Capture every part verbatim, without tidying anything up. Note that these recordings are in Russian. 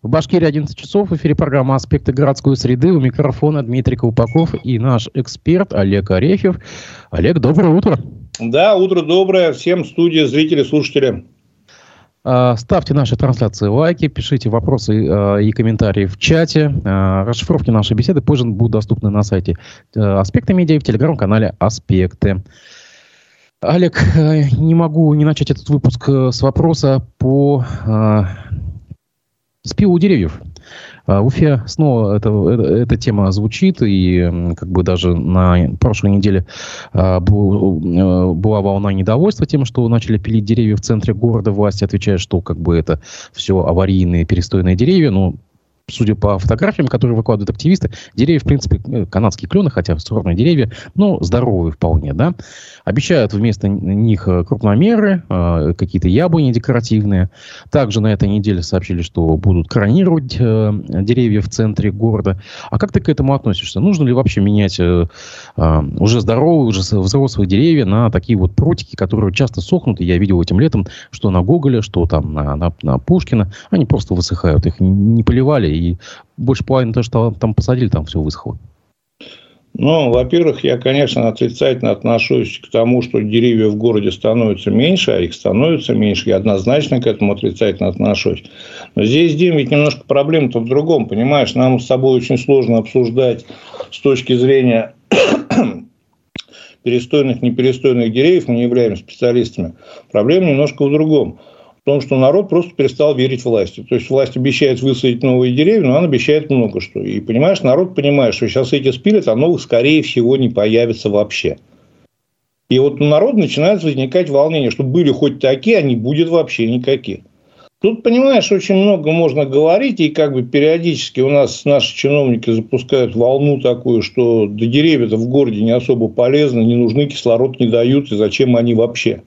В Башкирии одиннадцать часов. В эфире программа «Аспекты городской среды». У микрофона Дмитрий Колпаков и наш эксперт Олег Арефьев. Олег, доброе утро. Да, утро доброе. Всем студии, зрители, слушатели. Ставьте наши трансляции лайки, пишите вопросы э, и комментарии в чате. Э, расшифровки нашей беседы позже будут доступны на сайте э, «Аспекты медиа» и в телеграм-канале «Аспекты». Олег, э, не могу не начать этот выпуск с вопроса по э, спилу деревьев. В Уфе снова это, это, эта тема звучит, и как бы даже на прошлой неделе а, был, была волна недовольства тем, что начали пилить деревья в центре города. Власти отвечают, что как бы это все аварийные перестойные деревья, но судя по фотографиям, которые выкладывают активисты, деревья, в принципе, канадские клены, хотя сорные деревья, но здоровые вполне, да. Обещают вместо них крупномеры, э, какие-то яблони декоративные. Также на этой неделе сообщили, что будут кронировать э, деревья в центре города. А как ты к этому относишься? Нужно ли вообще менять э, э, уже здоровые, уже взрослые деревья на такие вот прутики, которые часто сохнут? И я видел этим летом, что на Гоголя, что там на, на, на Пушкина, они просто высыхают. Их не поливали, и больше половины того, что там посадили, там все высохло. Ну, во-первых, я, конечно, отрицательно отношусь к тому, что деревьев в городе становится меньше, а их становится меньше. Я однозначно к этому отрицательно отношусь. Но здесь, Дим, ведь немножко проблема-то в другом, понимаешь? Нам с тобой очень сложно обсуждать с точки зрения перестойных, неперестойных деревьев, мы не являемся специалистами. Проблема немножко в другом. В том, что народ просто перестал верить власти. То есть, власть обещает высадить новые деревья, но она обещает много что. И, понимаешь, народ понимает, что сейчас эти спилят, а новых, скорее всего, не появится вообще. И вот у народа начинает возникать волнение, что были хоть такие, а не будет вообще никаких. Тут, понимаешь, очень много можно говорить, и как бы периодически у нас наши чиновники запускают волну такую, что да деревья-то в городе не особо полезны, не нужны, кислород не дают, и зачем они вообще.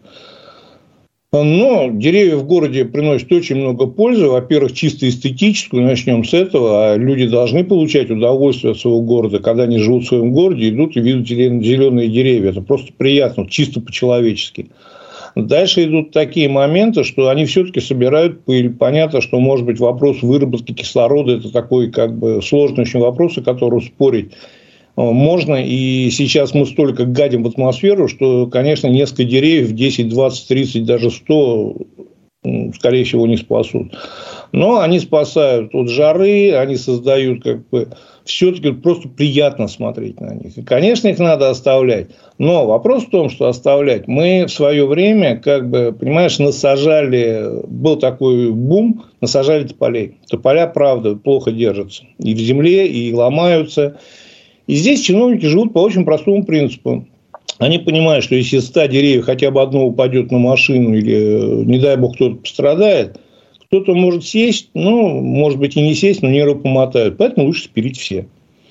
Но деревья в городе приносят очень много пользы. Во-первых, чисто эстетическую, начнем с этого. А люди должны получать удовольствие от своего города. Когда они живут в своем городе, идут и видят зеленые деревья. Это просто приятно, чисто по-человечески. Дальше идут такие моменты, что они все-таки собирают пыль. Понятно, что, может быть, вопрос выработки кислорода – это такой как бы сложный очень вопрос, о котором спорить можно, и сейчас мы столько гадим в атмосферу, что, конечно, несколько деревьев, десять, двадцать, тридцать, даже сто, скорее всего, не спасут. Но они спасают от жары, они создают, как бы, все-таки просто приятно смотреть на них. И, конечно, их надо оставлять. Но вопрос в том, что оставлять. Мы в свое время, как бы, понимаешь, насажали, был такой бум, насажали тополей. Тополя, правда, плохо держатся. И в земле, и ломаются. И здесь чиновники живут по очень простому принципу. Они понимают, что если из ста деревьев хотя бы одно упадет на машину или, не дай бог, кто-то пострадает, кто-то может сесть, ну, может быть, и не сесть, но нервы помотают. Поэтому лучше спилить все.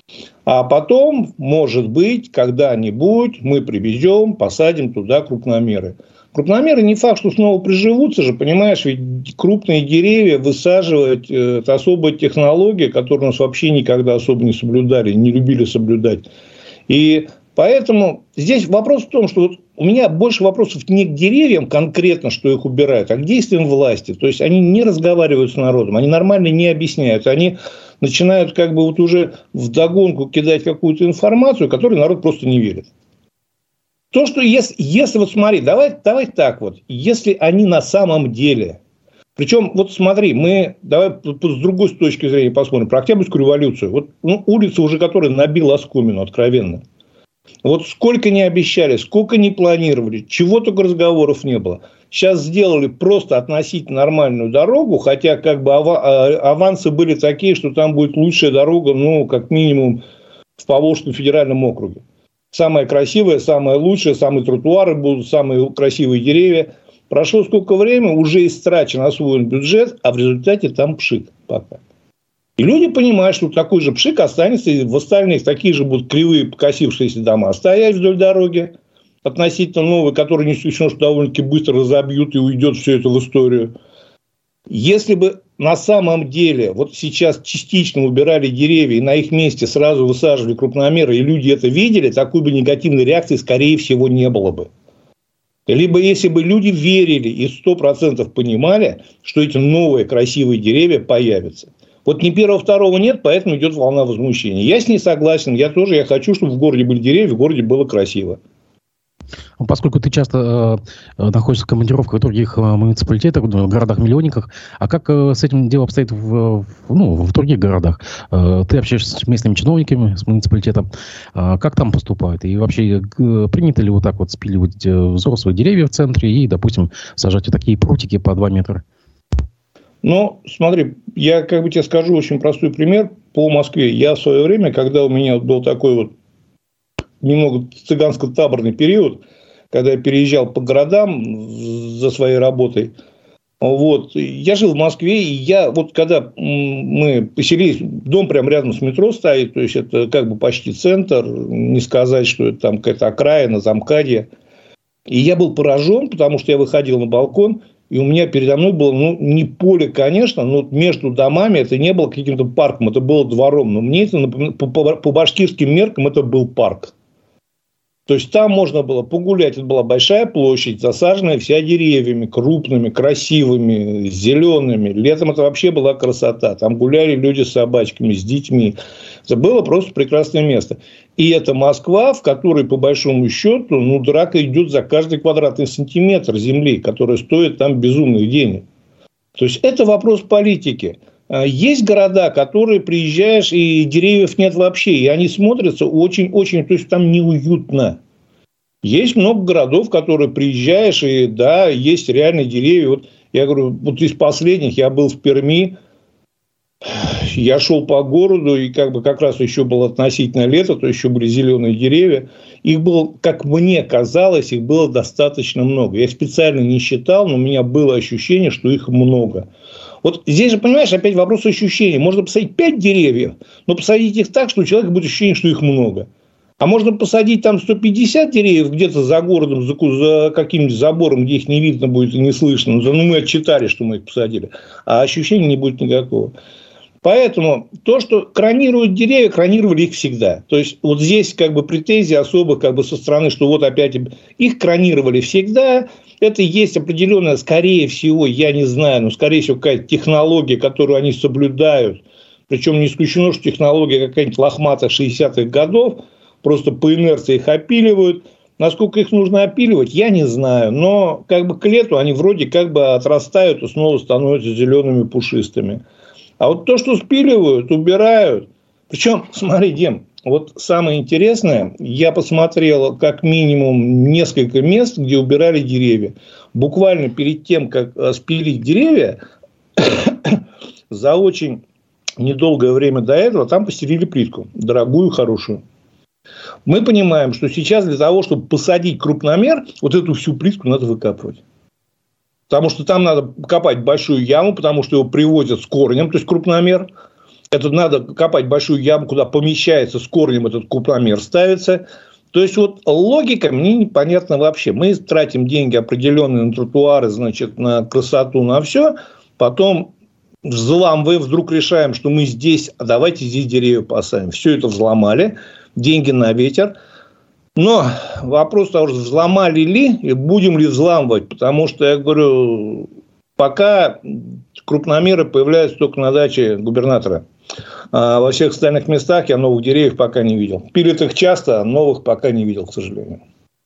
А потом, может быть, когда-нибудь мы привезем, посадим туда крупномеры. Крупномеры не факт, что снова приживутся же, понимаешь, ведь крупные деревья высаживать – это особая технология, которую у нас вообще никогда особо не соблюдали, не любили соблюдать. И поэтому здесь вопрос в том, что вот у меня больше вопросов не к деревьям конкретно, что их убирают, а к действиям власти. То есть, они не разговаривают с народом, они нормально не объясняют, они начинают как бы вот уже вдогонку кидать какую-то информацию, которой народ просто не верит. То, что если, если вот смотри, давай, давай так вот, если они на самом деле, причем вот смотри, мы давай с другой точки зрения посмотрим про Октябрьскую революцию. Вот ну, улица уже, которая набила оскомину откровенно. Вот сколько не обещали, сколько не планировали, чего только разговоров не было. Сейчас сделали просто относительно нормальную дорогу, хотя как бы авансы были такие, что там будет лучшая дорога, ну, как минимум, в Поволжском федеральном округе. Самое красивое, самое лучшее, самые тротуары будут, самые красивые деревья. Прошло сколько времени, уже истрачен, освоен бюджет, а в результате там пшик пока. И люди понимают, что такой же пшик останется, и в остальных такие же будут кривые покосившиеся дома стоять вдоль дороги, относительно новые, которые не исключено, что довольно-таки быстро разобьют и уйдет все это в историю. Если бы на самом деле вот сейчас частично убирали деревья и на их месте сразу высаживали крупномеры, и люди это видели, такой бы негативной реакции, скорее всего, не было бы. Либо если бы люди верили и сто процентов понимали, что эти новые красивые деревья появятся. Вот ни первого, второго нет, поэтому идет волна возмущения. Я с ней согласен. Я тоже я хочу, чтобы в городе были деревья, в городе было красиво. Поскольку ты часто э, находишься в командировках в других э, муниципалитетах, в городах-миллионниках, а как э, с этим дело обстоит в, в, ну, в других городах? Э, ты общаешься с местными чиновниками, с муниципалитетом. Э, как там поступают? И вообще, э, принято ли вот так вот спиливать э, взрослые деревья в центре и, допустим, сажать вот такие прутики по два метра? Ну, смотри, я как бы тебе скажу очень простой пример по Москве. Я в свое время, когда у меня был такой вот немного цыганско-таборный период, когда я переезжал по городам за своей работой, вот, я жил в Москве, и я вот когда мы поселились, дом прямо рядом с метро стоит, то есть это как бы почти центр, не сказать, что это там какая-то окраина, замкадье. И я был поражен, потому что я выходил на балкон, и у меня передо мной было, ну, не поле, конечно, но между домами это не было каким-то парком, это было двором. Но мне это, по, по, по башкирским меркам, это был парк. То есть, там можно было погулять. Это была большая площадь, засаженная вся деревьями, крупными, красивыми, зелеными. Летом это вообще была красота. Там гуляли люди с собачками, с детьми. Это было просто прекрасное место. И это Москва, в которой, по большому счету, ну, драка идет за каждый квадратный сантиметр земли, которая стоит там безумных денег. То есть, это вопрос политики. Есть города, которые приезжаешь, и деревьев нет вообще. И они смотрятся очень-очень... То есть, там неуютно. Есть много городов, в которые приезжаешь, и да, есть реальные деревья. Вот я говорю, вот из последних я был в Перми. Я шел по городу, и как бы как раз еще было относительно лето, то еще были зеленые деревья. Их было, как мне казалось, их было достаточно много. Я специально не считал, но у меня было ощущение, что их много. Вот здесь же, понимаешь, опять вопрос ощущений. Можно посадить пять деревьев, но посадить их так, что у человека будет ощущение, что их много. А можно посадить там сто пятьдесят деревьев где-то за городом, за, за каким-нибудь забором, где их не видно будет и не слышно. Ну, мы отчитали, что мы их посадили. А ощущения не будет никакого. Поэтому то, что кранируют деревья, кронировали их всегда. То есть, вот здесь как бы претензии особо как бы со стороны, что вот опять их кронировали всегда. Это есть определенная, скорее всего, я не знаю, но скорее всего какая-то технология, которую они соблюдают. Причем не исключено, что технология какая-нибудь лохматых шестидесятых годов. Просто по инерции их опиливают. Насколько их нужно опиливать, я не знаю. Но как бы к лету они вроде как бы отрастают и снова становятся зелеными пушистыми. А вот то, что спиливают, убирают. Причем, смотри, Дим, вот самое интересное, я посмотрел как минимум несколько мест, где убирали деревья. Буквально перед тем, как спилить деревья, за очень недолгое время до этого там постелили плитку. Дорогую, хорошую. Мы понимаем, что сейчас для того, чтобы посадить крупномер, вот эту всю плитку надо выкапывать. Потому что там надо копать большую яму, потому что его привозят с корнем, то есть крупномер. Это надо копать большую яму, куда помещается с корнем этот крупномер ставится. То есть, вот логика мне непонятна вообще. Мы тратим деньги определенные на тротуары, значит, на красоту, на все. Потом взламываем, вдруг решаем, что мы здесь, а давайте здесь деревья посадим. Все это взломали, деньги на ветер. Но вопрос того, взломали ли и будем ли взламывать. Потому что, я говорю, пока крупномеры появляются только на даче губернатора. А во всех остальных местах я новых деревьев пока не видел. Пилят их часто, а новых пока не видел, к сожалению.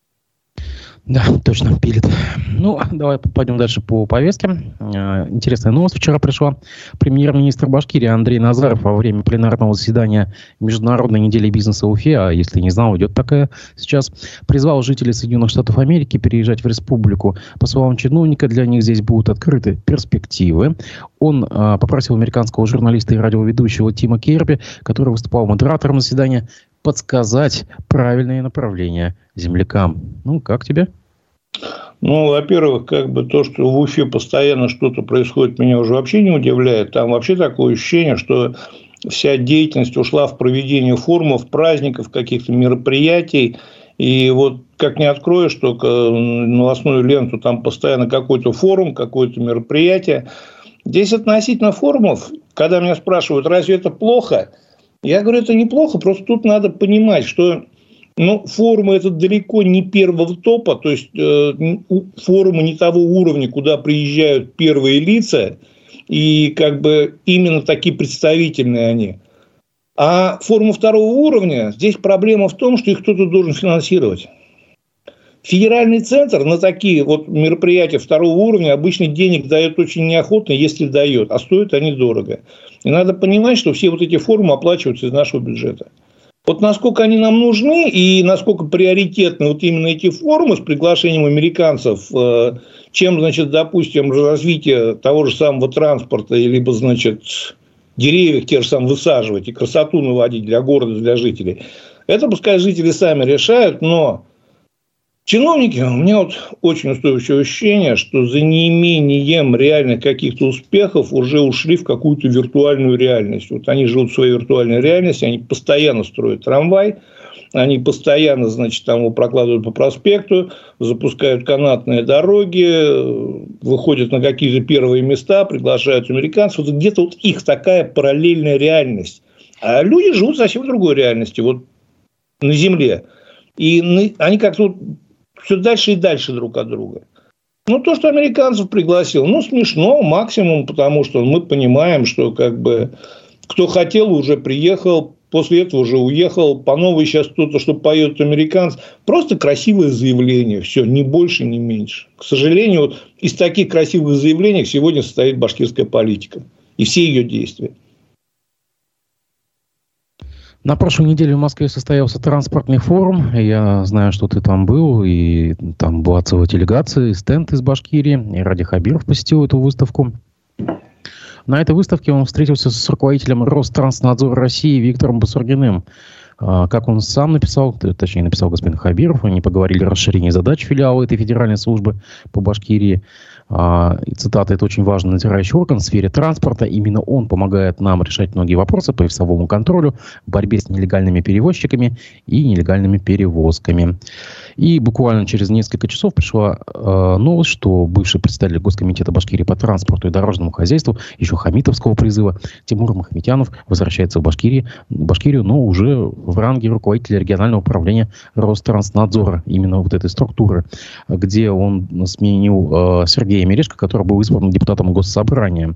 Да, точно, пилит. Ну, давай пойдем дальше по повестке. Интересная новость вчера пришла. Премьер-министр Башкирии Андрей Назаров во время пленарного заседания Международной недели бизнеса в Уфе, а если не знал, идет такая сейчас, призвал жителей Соединенных Штатов Америки переезжать в республику. По словам чиновника, для них здесь будут открыты перспективы. Он а, попросил американского журналиста и радиоведущего Тима Керби, который выступал модератором заседания, подсказать правильные направления землякам. Ну, как тебе? Ну, во-первых, как бы то, что в Уфе постоянно что-то происходит, меня уже вообще не удивляет. Там вообще такое ощущение, что вся деятельность ушла в проведение форумов, праздников, каких-то мероприятий. И вот как не откроешь только новостную ленту, там постоянно какой-то форум, какое-то мероприятие. Здесь относительно форумов, когда меня спрашивают, разве это плохо? Я говорю, это неплохо, просто тут надо понимать, что ну, форумы это далеко не первого топа, то есть э, форумы не того уровня, куда приезжают первые лица, и как бы именно такие представительные они. А форумы второго уровня, здесь проблема в том, что их кто-то должен финансировать. Федеральный центр на такие вот мероприятия второго уровня обычно денег дает очень неохотно, если дает, а стоят они дорого. И надо понимать, что все вот эти форумы оплачиваются из нашего бюджета. Вот насколько они нам нужны и насколько приоритетны вот именно эти форумы с приглашением американцев, чем, значит, допустим, развитие того же самого транспорта, либо, значит, деревьев те же самые высаживать и красоту наводить для города, для жителей. Это пускай жители сами решают, но чиновники, у меня вот очень устойчивое ощущение, что за неимением реальных каких-то успехов уже ушли в какую-то виртуальную реальность. Вот они живут в своей виртуальной реальности, они постоянно строят трамвай, они постоянно, значит, там его прокладывают по проспекту, запускают канатные дороги, выходят на какие-то первые места, приглашают американцев. Вот где-то вот их такая параллельная реальность. А люди живут совсем в другой реальности, вот на Земле. И они как-то все дальше и дальше друг от друга. Ну, то, что американцев пригласил, ну, смешно, максимум, потому что мы понимаем, что как бы кто хотел, уже приехал, после этого уже уехал, по новой сейчас кто-то, что поет американцы. Просто красивое заявление, все, ни больше, ни меньше. К сожалению, вот из таких красивых заявлений сегодня состоит башкирская политика и все ее действия. На прошлой неделе в Москве состоялся транспортный форум. Я знаю, что ты там был, и там была целая делегация, и стенд из Башкирии, и Ради Хабиров посетил эту выставку. На этой выставке он встретился с руководителем Ространснадзора России Виктором Басургиным. Как он сам написал, точнее написал господин Хабиров, они поговорили о расширении задач филиала этой федеральной службы по Башкирии. И цитата: «Это очень важный надзирающий орган в сфере транспорта. Именно он помогает нам решать многие вопросы по весовому контролю, борьбе с нелегальными перевозчиками и нелегальными перевозками». И буквально через несколько часов пришла э, новость, что бывший председатель Госкомитета Башкирии по транспорту и дорожному хозяйству, еще хамитовского призыва, Тимур Махметянов возвращается в Башкирии, Башкирию, но уже в ранге руководителя регионального управления Ространснадзора, именно вот этой структуры, где он сменил э, Сергея Мережко, который был избран депутатом Госсобрания.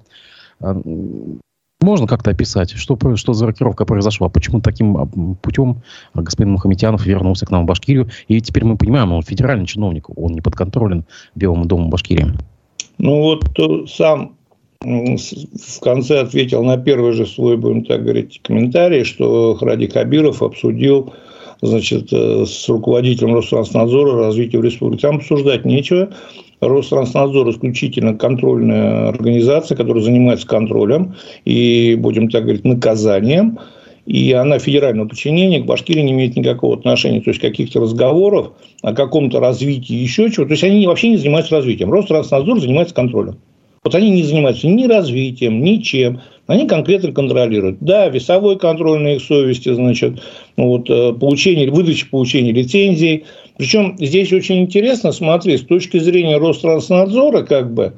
Можно как-то описать, что, что за рокировка произошла? Почему таким путем господин Мухаметянов вернулся к нам в Башкирию? И теперь мы понимаем, он федеральный чиновник, он не подконтролен Белому дому Башкирии. Ну вот сам в конце ответил на первый же свой, будем так говорить, комментарий, что Ради Хабиров обсудил, значит, с руководителем Ространснадзора развитие в республике. Там обсуждать нечего. Ространснадзор исключительно контрольная организация, которая занимается контролем и, будем так говорить, наказанием. И она федерального подчинения к Башкирии не имеет никакого отношения. То есть, каких-то разговоров о каком-то развитии, еще чего. То есть, они вообще не занимаются развитием. Ространснадзор занимается контролем. Вот они не занимаются ни развитием, ничем. Они конкретно контролируют. Да, весовой контроль на их совести, значит, вот, получение, выдача получения лицензий. Причем здесь очень интересно, смотри, с точки зрения Ространснадзора, как бы,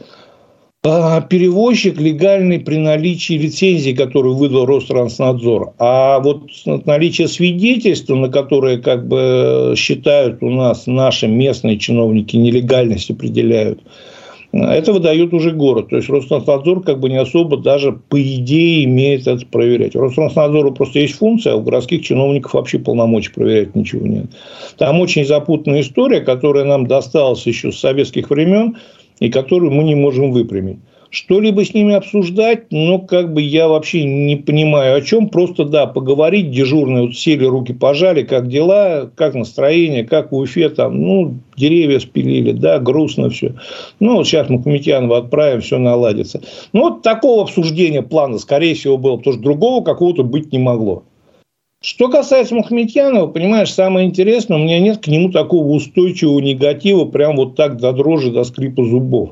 перевозчик легальный при наличии лицензии, которую выдал Ространснадзор. А вот наличие свидетельства, на которое, как бы, считают у нас наши местные чиновники, нелегальность определяют, это выдает уже город. То есть, Ространснадзор как бы не особо даже по идее имеет это проверять. У Ространснадзора просто есть функция, а у городских чиновников вообще полномочий проверять ничего нет. Там очень запутанная история, которая нам досталась еще с советских времен и которую мы не можем выпрямить. Что-либо с ними обсуждать, но как бы я вообще не понимаю о чем. Просто, да, поговорить, дежурные вот сели, руки пожали, как дела, как настроение, как в Уфе, там, ну, деревья спилили, да, грустно все. Ну, вот сейчас Мухаметьянова отправим, все наладится. Ну, вот такого обсуждения плана, скорее всего, было, потому что другого какого-то быть не могло. Что касается Мухаметьянова, понимаешь, самое интересное, у меня нет к нему такого устойчивого негатива, прям вот так до дрожи, до скрипа зубов.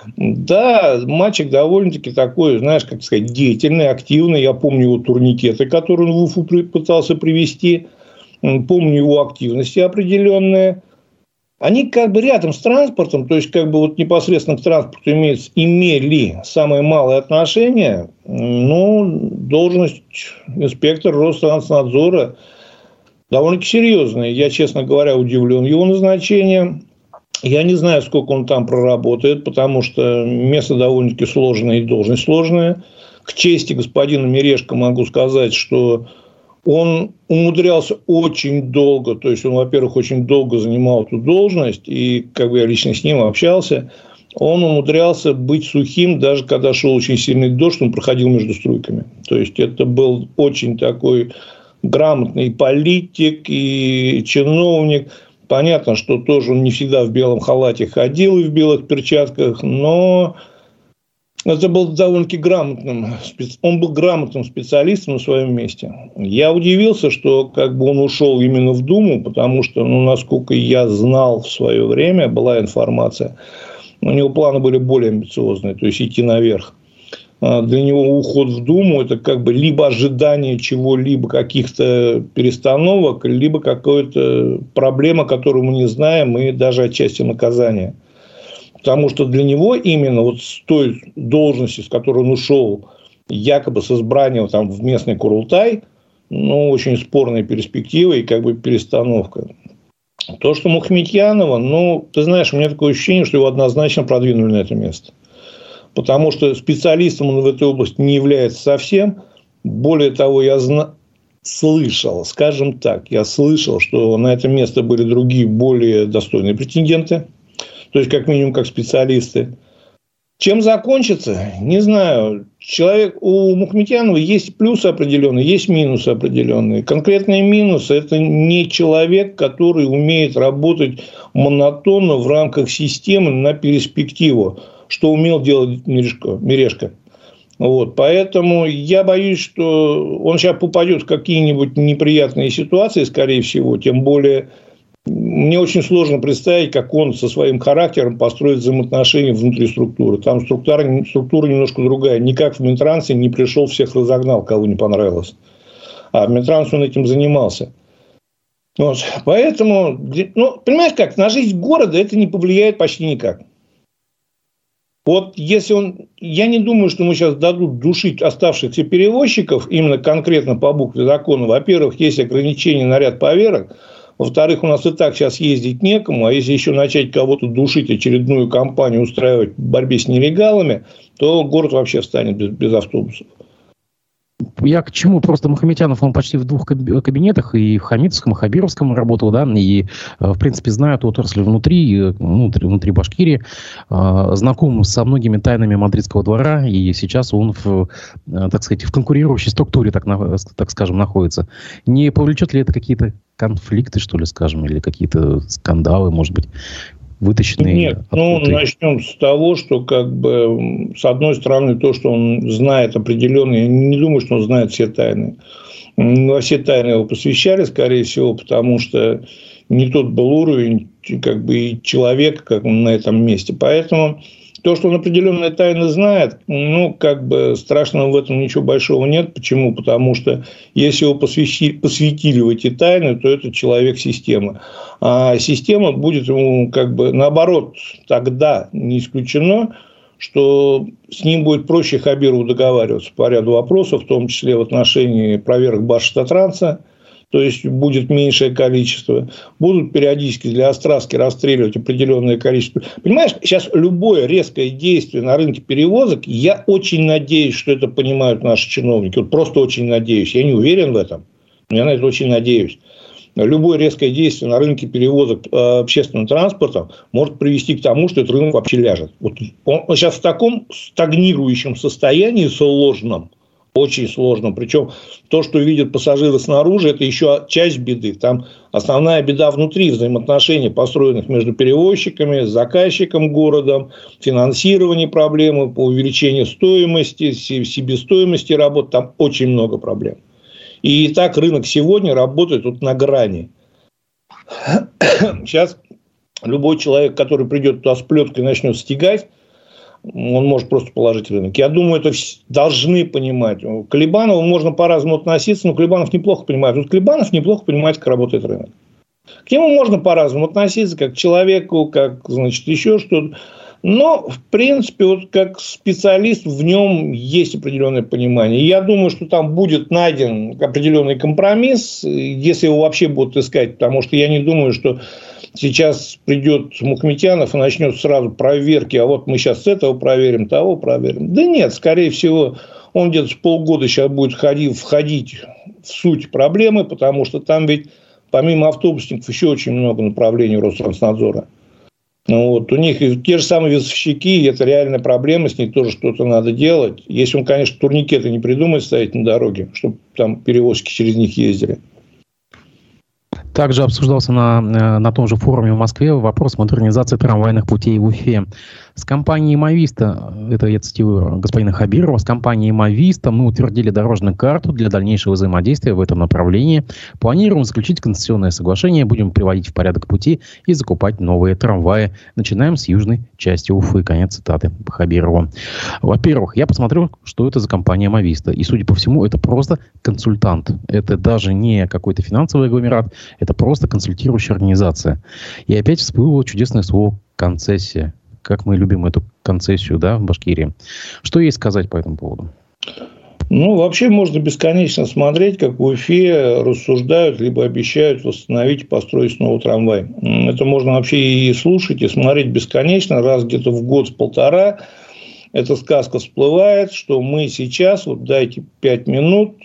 Да, мальчик довольно-таки такой, знаешь, как сказать, деятельный, активный. Я помню его турникеты, которые он в Уфу пытался привезти. Помню его активности определенные. Они как бы рядом с транспортом, то есть, как бы вот непосредственно к транспорту имеют, имели самое малое отношение. Но должность инспектора Ространснадзора довольно-таки серьезная. Я, честно говоря, удивлен его назначением. Я не знаю, сколько он там проработает, потому что место довольно-таки сложное и должность сложная. К чести господина Мережко могу сказать, что он умудрялся очень долго, то есть он, во-первых, очень долго занимал эту должность, и как бы я лично с ним общался, он умудрялся быть сухим, даже когда шел очень сильный дождь, он проходил между струйками. То есть это был очень такой грамотный политик и чиновник. Понятно, что тоже он не всегда в белом халате ходил и в белых перчатках, но это был довольно-таки грамотным. Он был грамотным специалистом на своем месте. Я удивился, что как бы он ушел именно в Думу, потому что, ну, насколько я знал в свое время, была информация, у него планы были более амбициозные, то есть идти наверх. Для него уход в Думу – это как бы либо ожидание чего-либо, каких-то перестановок, либо какая-то проблема, которую мы не знаем, и даже отчасти наказание. Потому что для него именно вот с той должности, с которой он ушел, якобы с избранием там, в местный Курултай, ну, очень спорная перспектива и как бы перестановка. То, что Мухаметьянова, ну, ты знаешь, у меня такое ощущение, что его однозначно продвинули на это место. Потому что специалистом он в этой области не является совсем. Более того, я зна... слышал, скажем так, я слышал, что на это место были другие, более достойные претенденты. То есть, как минимум, как специалисты. Чем закончится, не знаю. Человек, у Мухаметьянова есть плюсы определенные, есть минусы определенные. Конкретные минусы – это не человек, который умеет работать монотонно в рамках системы на перспективу, что умел делать Мережко. Мережко. Вот. Поэтому я боюсь, что он сейчас попадет в какие-нибудь неприятные ситуации, скорее всего. Тем более, мне очень сложно представить, как он со своим характером построит взаимоотношения внутри структуры. Там структура, структура немножко другая. Никак в Минтрансе не пришел, всех разогнал, кого не понравилось. А в Минтрансе он этим занимался. Вот. Поэтому, ну, понимаешь как, на жизнь города это не повлияет почти никак. Вот если он... Я не думаю, что мы сейчас дадут душить оставшихся перевозчиков именно конкретно по букве закона. Во-первых, есть ограничения на ряд поверок. Во-вторых, у нас и так сейчас ездить некому. А если еще начать кого-то душить, очередную кампанию устраивать в борьбе с нелегалами, то город вообще встанет без, без автобусов. Я к чему? Просто Мухаметьянов, он почти в двух кабинетах, и в Хамитовском, и в Хабировском работал, да, и, в принципе, знает отрасль внутри, внутри, внутри Башкирии, знаком со многими тайнами мадридского двора, и сейчас он, в, так сказать, в конкурирующей структуре, так, так скажем, находится. Не повлечет ли это какие-то конфликты, что ли, скажем, или какие-то скандалы, может быть, вытащенные? Нет, ну, начнем с того, что, как бы, с одной стороны, то, что он знает определенные, я не думаю, что он знает все тайны. Во все тайны его посвящали, скорее всего, потому что не тот был уровень, как бы, и человека, как он на этом месте. Поэтому то, что он определенные тайны знает, ну, как бы, страшного в этом ничего большого нет. Почему? Потому что если его посвятили, посвятили в эти тайны, то это человек системы. А система будет ему, как бы, наоборот, тогда не исключено, что с ним будет проще Хабирову договариваться по ряду вопросов, в том числе в отношении проверок Башавтотранса. То есть будет меньшее количество. Будут периодически для Остраски расстреливать определенное количество. Понимаешь, сейчас любое резкое действие на рынке перевозок, я очень надеюсь, что это понимают наши чиновники. Вот просто очень надеюсь. Я не уверен в этом, но я на это очень надеюсь. Любое резкое действие на рынке перевозок общественным транспортом может привести к тому, что этот рынок вообще ляжет. Вот он сейчас в таком стагнирующем состоянии сложном. Очень сложно. Причем то, что видят пассажиры снаружи, это еще часть беды. Там основная беда внутри, взаимоотношений, построенных между перевозчиками, заказчиком городом, финансирование проблемы по увеличению стоимости, себестоимости работы. Там очень много проблем. И так рынок сегодня работает вот на грани. Сейчас любой человек, который придет туда с плеткой и начнет стягать, он может просто положить рынок. Я думаю, это должны понимать. К Колебанову можно по-разному относиться, но Колебанов неплохо понимает. Вот Колебанов неплохо понимает, как работает рынок. К нему можно по-разному относиться, как к человеку, как, значит, еще что-то. Но, в принципе, вот как специалист в нем есть определенное понимание. Я думаю, что там будет найден определенный компромисс, если его вообще будут искать. Потому что я не думаю, что сейчас придет Мухаметьянов и начнет сразу проверки. А вот мы сейчас с этого проверим, того проверим. Да нет, скорее всего, он где-то с полгода сейчас будет входить, входить в суть проблемы. Потому что там ведь помимо автобусников еще очень много направлений Ространснадзора. Ну, вот, у них те же самые весовщики, это реальная проблема, с ней тоже что-то надо делать. Если он, конечно, турникеты не придумает ставить на дороге, чтобы там перевозки через них ездили. Также обсуждался на, на том же форуме в Москве вопрос модернизации трамвайных путей в Уфе. С компанией «Мовиста», это я цитирую господина Хабирова, с компанией «Мовиста» мы утвердили дорожную карту для дальнейшего взаимодействия в этом направлении. Планируем заключить концессионное соглашение, будем приводить в порядок пути и закупать новые трамваи. Начинаем с южной части Уфы. Конец цитаты Хабирова. Во-первых, я посмотрел, что это за компания «Мовиста». И, судя по всему, это просто консультант. Это даже не какой-то финансовый агломерат, это просто консультирующая организация. И опять всплыло чудесное слово «концессия». Как мы любим эту концессию, да, в Башкирии. Что есть сказать по этому поводу? Ну, вообще можно бесконечно смотреть, как в Уфе рассуждают, либо обещают восстановить и построить снова трамвай. Это можно вообще и слушать, и смотреть бесконечно. Раз где-то в год-полтора эта сказка всплывает, что мы сейчас, вот дайте пять минут,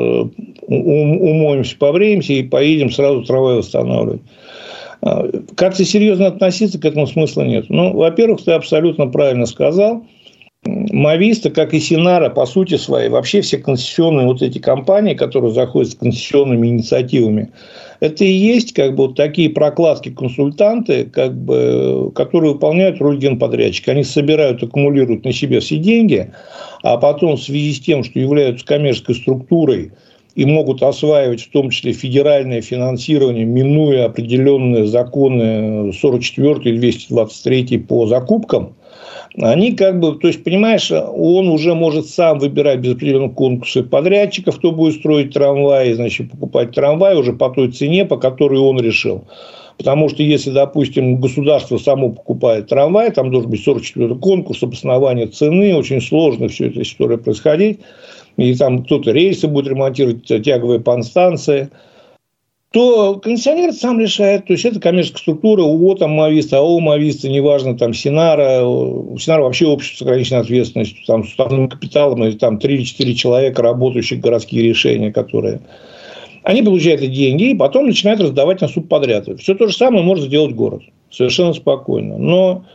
умоемся, побреемся и поедем сразу трамвай восстанавливать. Как-то серьезно относиться к этому смысла нет. Ну, во-первых, ты абсолютно правильно сказал. «Мовиста», как и «Синара», по сути своей, вообще все концессионные вот эти компании, которые заходят с концессионными инициативами, это и есть как бы вот такие прокладки-консультанты, как бы, которые выполняют роль генподрядчика. Они собирают, аккумулируют на себе все деньги, а потом в связи с тем, что являются коммерческой структурой, и могут осваивать в том числе федеральное финансирование, минуя определенные законы сорок четвёртый и двести двадцать третий по закупкам, они как бы, то есть, понимаешь, он уже может сам выбирать без определенных конкурсов подрядчиков, кто будет строить трамваи, значит, покупать трамвай уже по той цене, по которой он решил. Потому что, если, допустим, государство само покупает трамвай, там должен быть сорок четвёртый конкурс, обоснование цены, очень сложно все эта история происходить. И там кто-то рельсы будет ремонтировать, тяговые подстанции, то концессионер сам решает. То есть, это коммерческая структура, ООО, там, «Мовиста», АО «Мовиста», неважно, там, «Синара». У «Синара» вообще общество с ограниченной ответственностью, там, с уставным капиталом, и там три или четыре человека, работающих городские решения, которые... Они получают эти деньги и потом начинают раздавать на субподряды. Все то же самое может сделать город. Совершенно спокойно. Но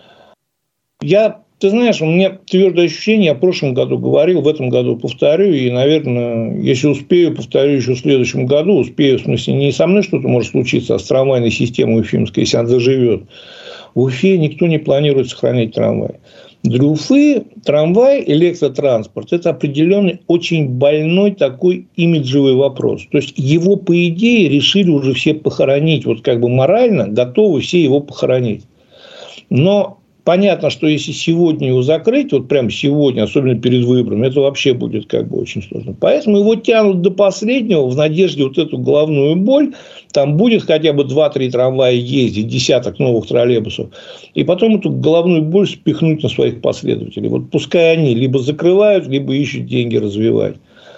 я... Ты знаешь, у меня твердое ощущение, я в прошлом году говорил, в этом году повторю, и, наверное, если успею, повторю еще в следующем году, успею, в смысле, не со мной что-то может случиться, а с трамвайной системой уфимской, если она заживет. В Уфе никто не планирует сохранять трамвай. Для Уфы трамвай, электротранспорт – это определенный, очень больной такой имиджевый вопрос. То есть, его, по идее, решили уже все похоронить. Вот как бы морально готовы все его похоронить. Но... Понятно, что если сегодня его закрыть, вот прямо сегодня, особенно перед выборами, это вообще будет как бы очень сложно. Поэтому его тянут до последнего в надежде вот эту головную боль. Там будет хотя бы два-три трамвая ездить, десяток новых троллейбусов. И потом эту головную боль спихнуть на своих последователей. Вот пускай они либо закрывают, либо ищут деньги развивать.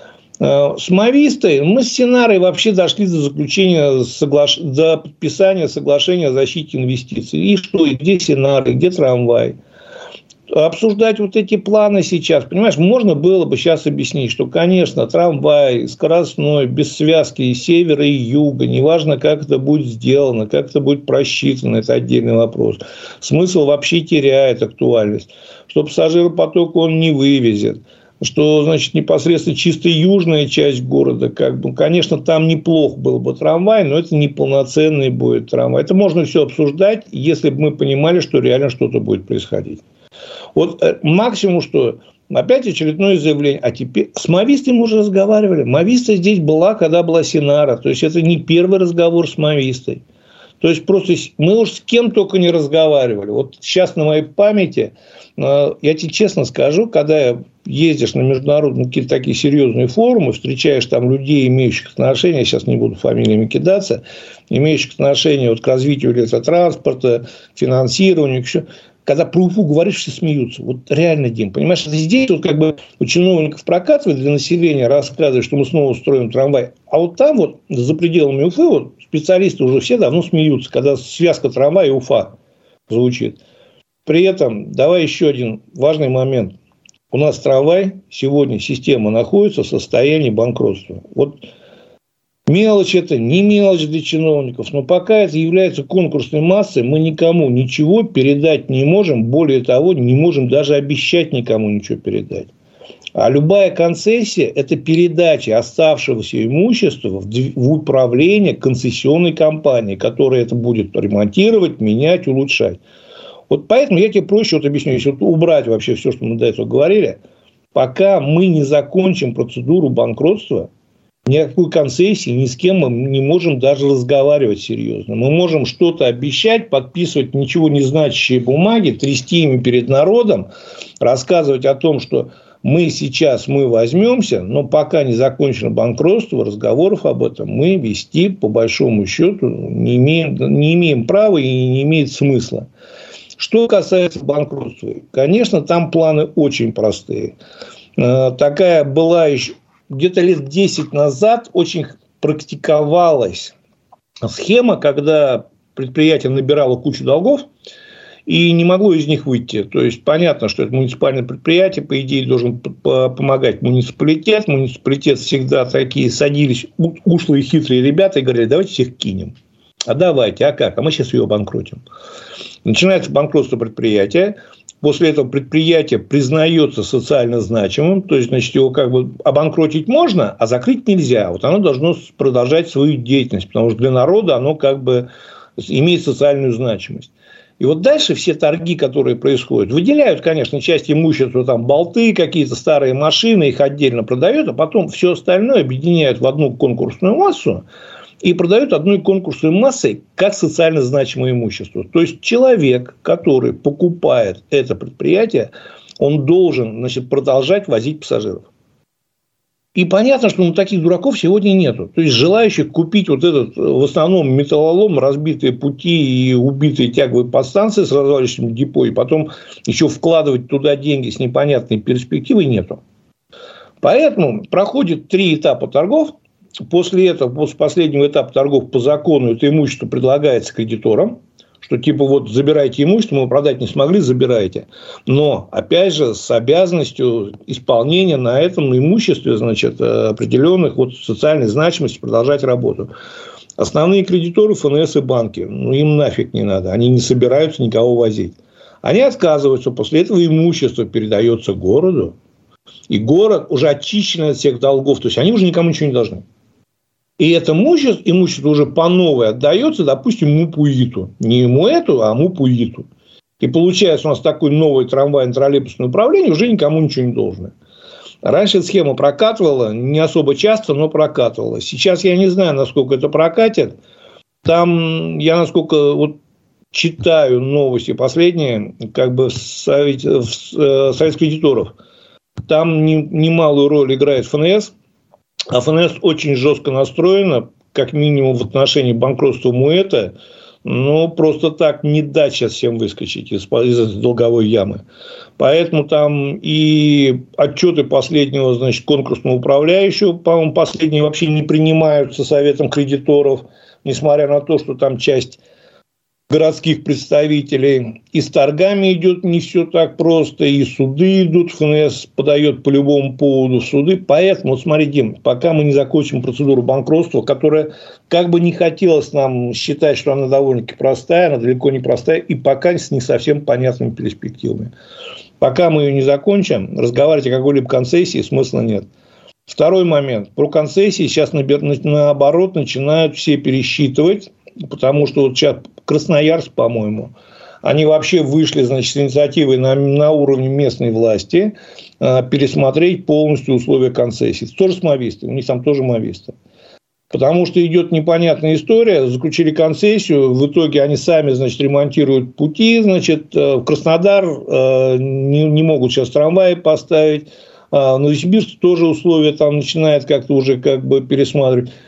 С «Мовистой» мы с «Синарой» вообще дошли до заключения, соглаш... до подписания соглашения о защите инвестиций. И что, и где «Синара», и где трамвай. Обсуждать вот эти планы сейчас, понимаешь, можно было бы сейчас объяснить, что, конечно, трамвай скоростной, без связки и севера, и юга, неважно, как это будет сделано, как это будет просчитано, это отдельный вопрос. Смысл вообще теряет актуальность, что пассажиропоток он не вывезет. Что, значит, непосредственно чисто южная часть города, как бы, конечно, там неплохо был бы трамвай, но это не полноценный будет трамвай. Это можно все обсуждать, если бы мы понимали, что реально что-то будет происходить. Вот максимум, что опять очередное заявление. А теперь с «Мовистой» мы уже разговаривали. «Мовиста» здесь была, когда была «Синара». То есть, это не первый разговор с «Мовистой». То есть, просто мы уж с кем только не разговаривали. Вот сейчас на моей памяти, я тебе честно скажу, когда ездишь на международные какие-то такие серьезные форумы, встречаешь там людей, имеющих отношение, я сейчас не буду фамилиями кидаться, имеющих отношение вот к развитию электротранспорта, к финансированию, к когда про Уфу говоришь, все смеются. Вот реально, Дим, понимаешь, это здесь вот как бы у чиновников прокатывает для населения, рассказывает, что мы снова строим трамвай. А вот там вот, за пределами Уфы, вот специалисты уже все давно смеются, когда связка трамвая и Уфа звучит. При этом, давай еще один важный момент. У нас трамвай, сегодня система находится в состоянии банкротства. Вот мелочь это, не мелочь для чиновников, но пока это является конкурсной массой, мы никому ничего передать не можем. Более того, не можем даже обещать никому ничего передать. А любая концессия – это передача оставшегося имущества в управление концессионной компании, которая это будет ремонтировать, менять, улучшать. Вот поэтому я тебе проще вот объясню, если вот убрать вообще все, что мы до этого говорили, пока мы не закончим процедуру банкротства, никакой концессии ни с кем мы не можем даже разговаривать серьезно. Мы можем что-то обещать, подписывать ничего не значащие бумаги, трясти ими перед народом, рассказывать о том, что мы сейчас мы возьмемся, но пока не закончено банкротство, разговоров об этом мы вести по большому счету не имеем, не имеем права и не имеет смысла. Что касается банкротства, конечно, там планы очень простые. Такая была еще где-то лет десять назад очень практиковалась схема, когда предприятие набирало кучу долгов и не могло из них выйти. То есть, понятно, что это муниципальное предприятие, по идее, должен помогать муниципалитет. Муниципалитет всегда такие садились ушлые, хитрые ребята и говорили, давайте всех кинем. А давайте, а как? А мы сейчас ее обанкротим. Начинается банкротство предприятия. После этого предприятие признается социально значимым. То есть, значит, его как бы обанкротить можно, а закрыть нельзя. Вот оно должно продолжать свою деятельность. Потому что для народа оно как бы имеет социальную значимость. И вот дальше все торги, которые происходят, выделяют, конечно, часть имущества, там, болты, какие-то старые машины, их отдельно продают, а потом все остальное объединяют в одну конкурсную массу и продают одной конкурсной массой как социально значимое имущество. То есть, человек, который покупает это предприятие, он должен, значит, продолжать возить пассажиров. И понятно, что ну, таких дураков сегодня нету. То есть, желающих купить вот этот, в основном, металлолом, разбитые пути и убитые тяговые подстанции с разваливающим депо, и потом еще вкладывать туда деньги с непонятной перспективой, нету. Поэтому проходит три этапа торгов. После этого, после последнего этапа торгов по закону, это имущество предлагается кредиторам, что типа вот забирайте имущество, мы продать не смогли, забирайте. Но, опять же, с обязанностью исполнения на этом имуществе, значит, определенных вот социальной значимости продолжать работу. Основные кредиторы эф эн эс и банки, ну, им нафиг не надо, они не собираются никого возить. Они отказываются, после этого имущество передается городу, и город уже очищен от всех долгов, то есть они уже никому ничего не должны. И это имущество, имущество уже по новой отдается, допустим, МУП-УИТу. Не ему эту, а МУП-УИТу. И получается у нас такое новое трамвайно-троллейбусное управление уже никому ничего не должно. Раньше эта схема прокатывала, не особо часто, но прокатывала. Сейчас я не знаю, насколько это прокатит. Там я, насколько вот читаю новости последние, как бы в Совете, в Совете кредиторов, там немалую роль играет эф эн эс. А эф эн эс очень жестко настроена, как минимум в отношении банкротства МУЭТа. Ну, просто так не дать сейчас всем выскочить из, из этой долговой ямы. Поэтому там и отчеты последнего, значит, конкурсного управляющего, по-моему, последние вообще не принимаются советом кредиторов, несмотря на то, что там часть городских представителей. И с торгами идет не все так просто, и суды идут, эф эн эс подает по любому поводу в суды. Поэтому, вот смотри, Дим, пока мы не закончим процедуру банкротства, которая, как бы не хотелось нам считать, что она довольно-таки простая, она далеко не простая, и пока с не совсем понятными перспективами. Пока мы ее не закончим, разговаривать о какой-либо концессии смысла нет. Второй момент. Про концессии сейчас, наоборот, начинают все пересчитывать, потому что вот сейчас Красноярск, по-моему, они вообще вышли, значит, с инициативой на, на уровне местной власти э, пересмотреть полностью условия концессии. Тоже с мовисты, у них там тоже мовисты. Потому что идет непонятная история, заключили концессию, в итоге они сами, значит, ремонтируют пути, значит, э, в Краснодар э, не, не могут сейчас трамваи поставить, э, в Новосибирске тоже условия там начинают как-то уже как бы пересматривать.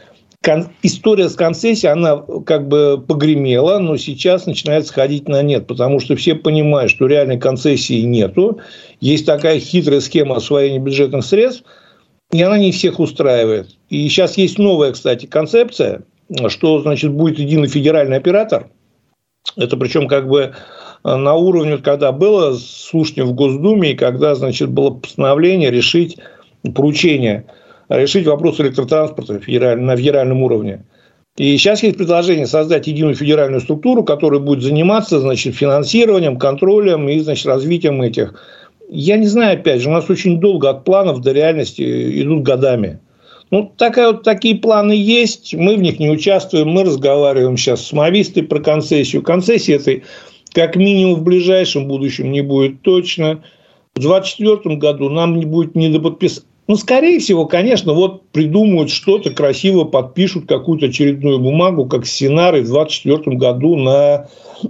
кон- история с концессией, она как бы погремела, но сейчас начинает сходить на нет, потому что все понимают, что реальной концессии нету. Есть такая хитрая схема освоения бюджетных средств, и она не всех устраивает. И сейчас есть новая, кстати, концепция, что, значит, будет единый федеральный оператор. Это причем как бы на уровне, когда было слушание в Госдуме, и когда, значит, было постановление решить поручение, решить вопрос электротранспорта федераль... на федеральном уровне. И сейчас есть предложение создать единую федеральную структуру, которая будет заниматься, значит, финансированием, контролем и, значит, развитием этих. Я не знаю, опять же, у нас очень долго от планов до реальности идут годами. Ну, такая, вот, такие планы есть, мы в них не участвуем, мы разговариваем сейчас с МАВИСТой про концессию. Концессии этой как минимум в ближайшем будущем не будет точно. В двадцать четвёртом году нам не будет недоподписать. Ну, скорее всего, конечно, вот придумают что-то, красиво подпишут какую-то очередную бумагу, как сценарий в двадцать четвёртом году на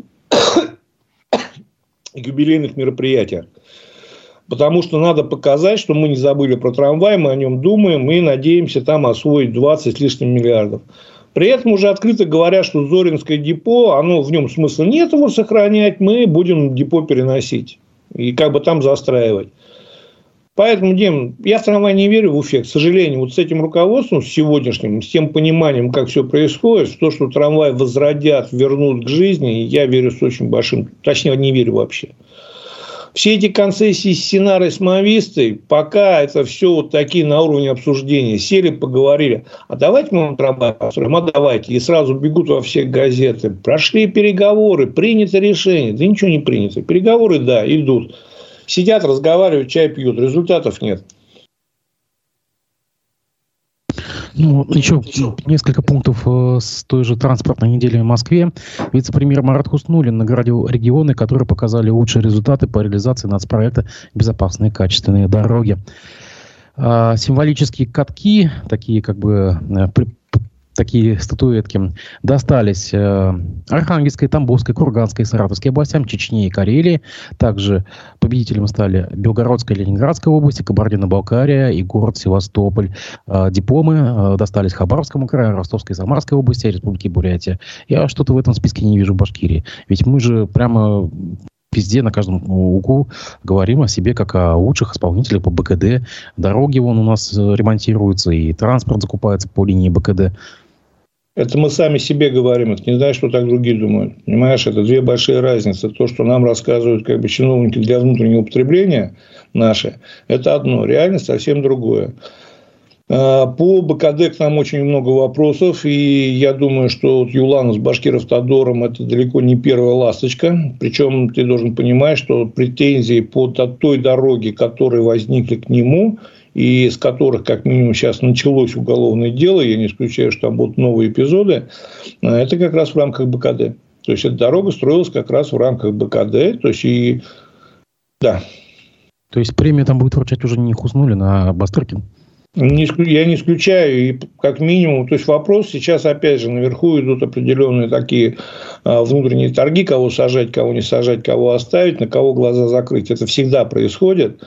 юбилейных мероприятиях. Потому что надо показать, что мы не забыли про трамвай, мы о нем думаем и надеемся там освоить двадцать с лишним миллиардов. При этом уже открыто говорят, что Зоринское депо, оно, в нем смысла нет его сохранять, мы будем депо переносить и как бы там застраивать. Поэтому, Дим, я в трамвай не верю в эффект. К сожалению, вот с этим руководством, с сегодняшним, с тем пониманием, как все происходит, в то, что трамвай возродят, вернут к жизни, я верю с очень большим, точнее, не верю вообще. Все эти концессии с Синарой, с МАВИСТой, пока это все вот такие на уровне обсуждения. Сели, поговорили. А давайте мы вам трамвай построим, а давайте. И сразу бегут во все газеты. Прошли переговоры, принято решение. Да ничего не принято. Переговоры, да, идут. Сидят, разговаривают, чай пьют. Результатов нет. Ну, еще несколько пунктов с той же транспортной недели в Москве. Вице-премьер Марат Хуснуллин наградил регионы, которые показали лучшие результаты по реализации нацпроекта «Безопасные качественные дороги». Символические катки, такие как бы такие статуэтки, достались э, Архангельской, Тамбовской, Курганской, Саратовской областям, Чечне и Карелии. Также победителями стали Белгородская и Ленинградская области, Кабардино-Балкария и город Севастополь. Э, дипломы э, достались Хабаровскому краю, Ростовской и Самарской области, Республике Бурятия. Я что-то в этом списке не вижу в Башкирии. Ведь мы же прямо везде, на каждом углу говорим о себе как о лучших исполнителях по БКД. Дороги вон у нас ремонтируются, и транспорт закупается по линии БКД. Это мы сами себе говорим. Это не знаю, что так другие думают. Понимаешь, это две большие разницы. То, что нам рассказывают как бы чиновники для внутреннего употребления наши, это одно. Реальность совсем другое. По БКД к нам очень много вопросов. И я думаю, что вот Юлана с Башкиравтодором это далеко не первая ласточка. Причем ты должен понимать, что претензии по той дороге, которые возникли к нему, и с которых, как минимум, сейчас началось уголовное дело, я не исключаю, что там будут новые эпизоды, это как раз в рамках БКД. То есть, эта дорога строилась как раз в рамках БКД. То есть, и... да. То есть, премию там будет вручать уже не Хуснуллин, а Бастрыкин? Не, я не исключаю, и как минимум, то есть вопрос сейчас, опять же, наверху идут определенные такие а, внутренние торги, кого сажать, кого не сажать, кого оставить, на кого глаза закрыть. Это всегда происходит.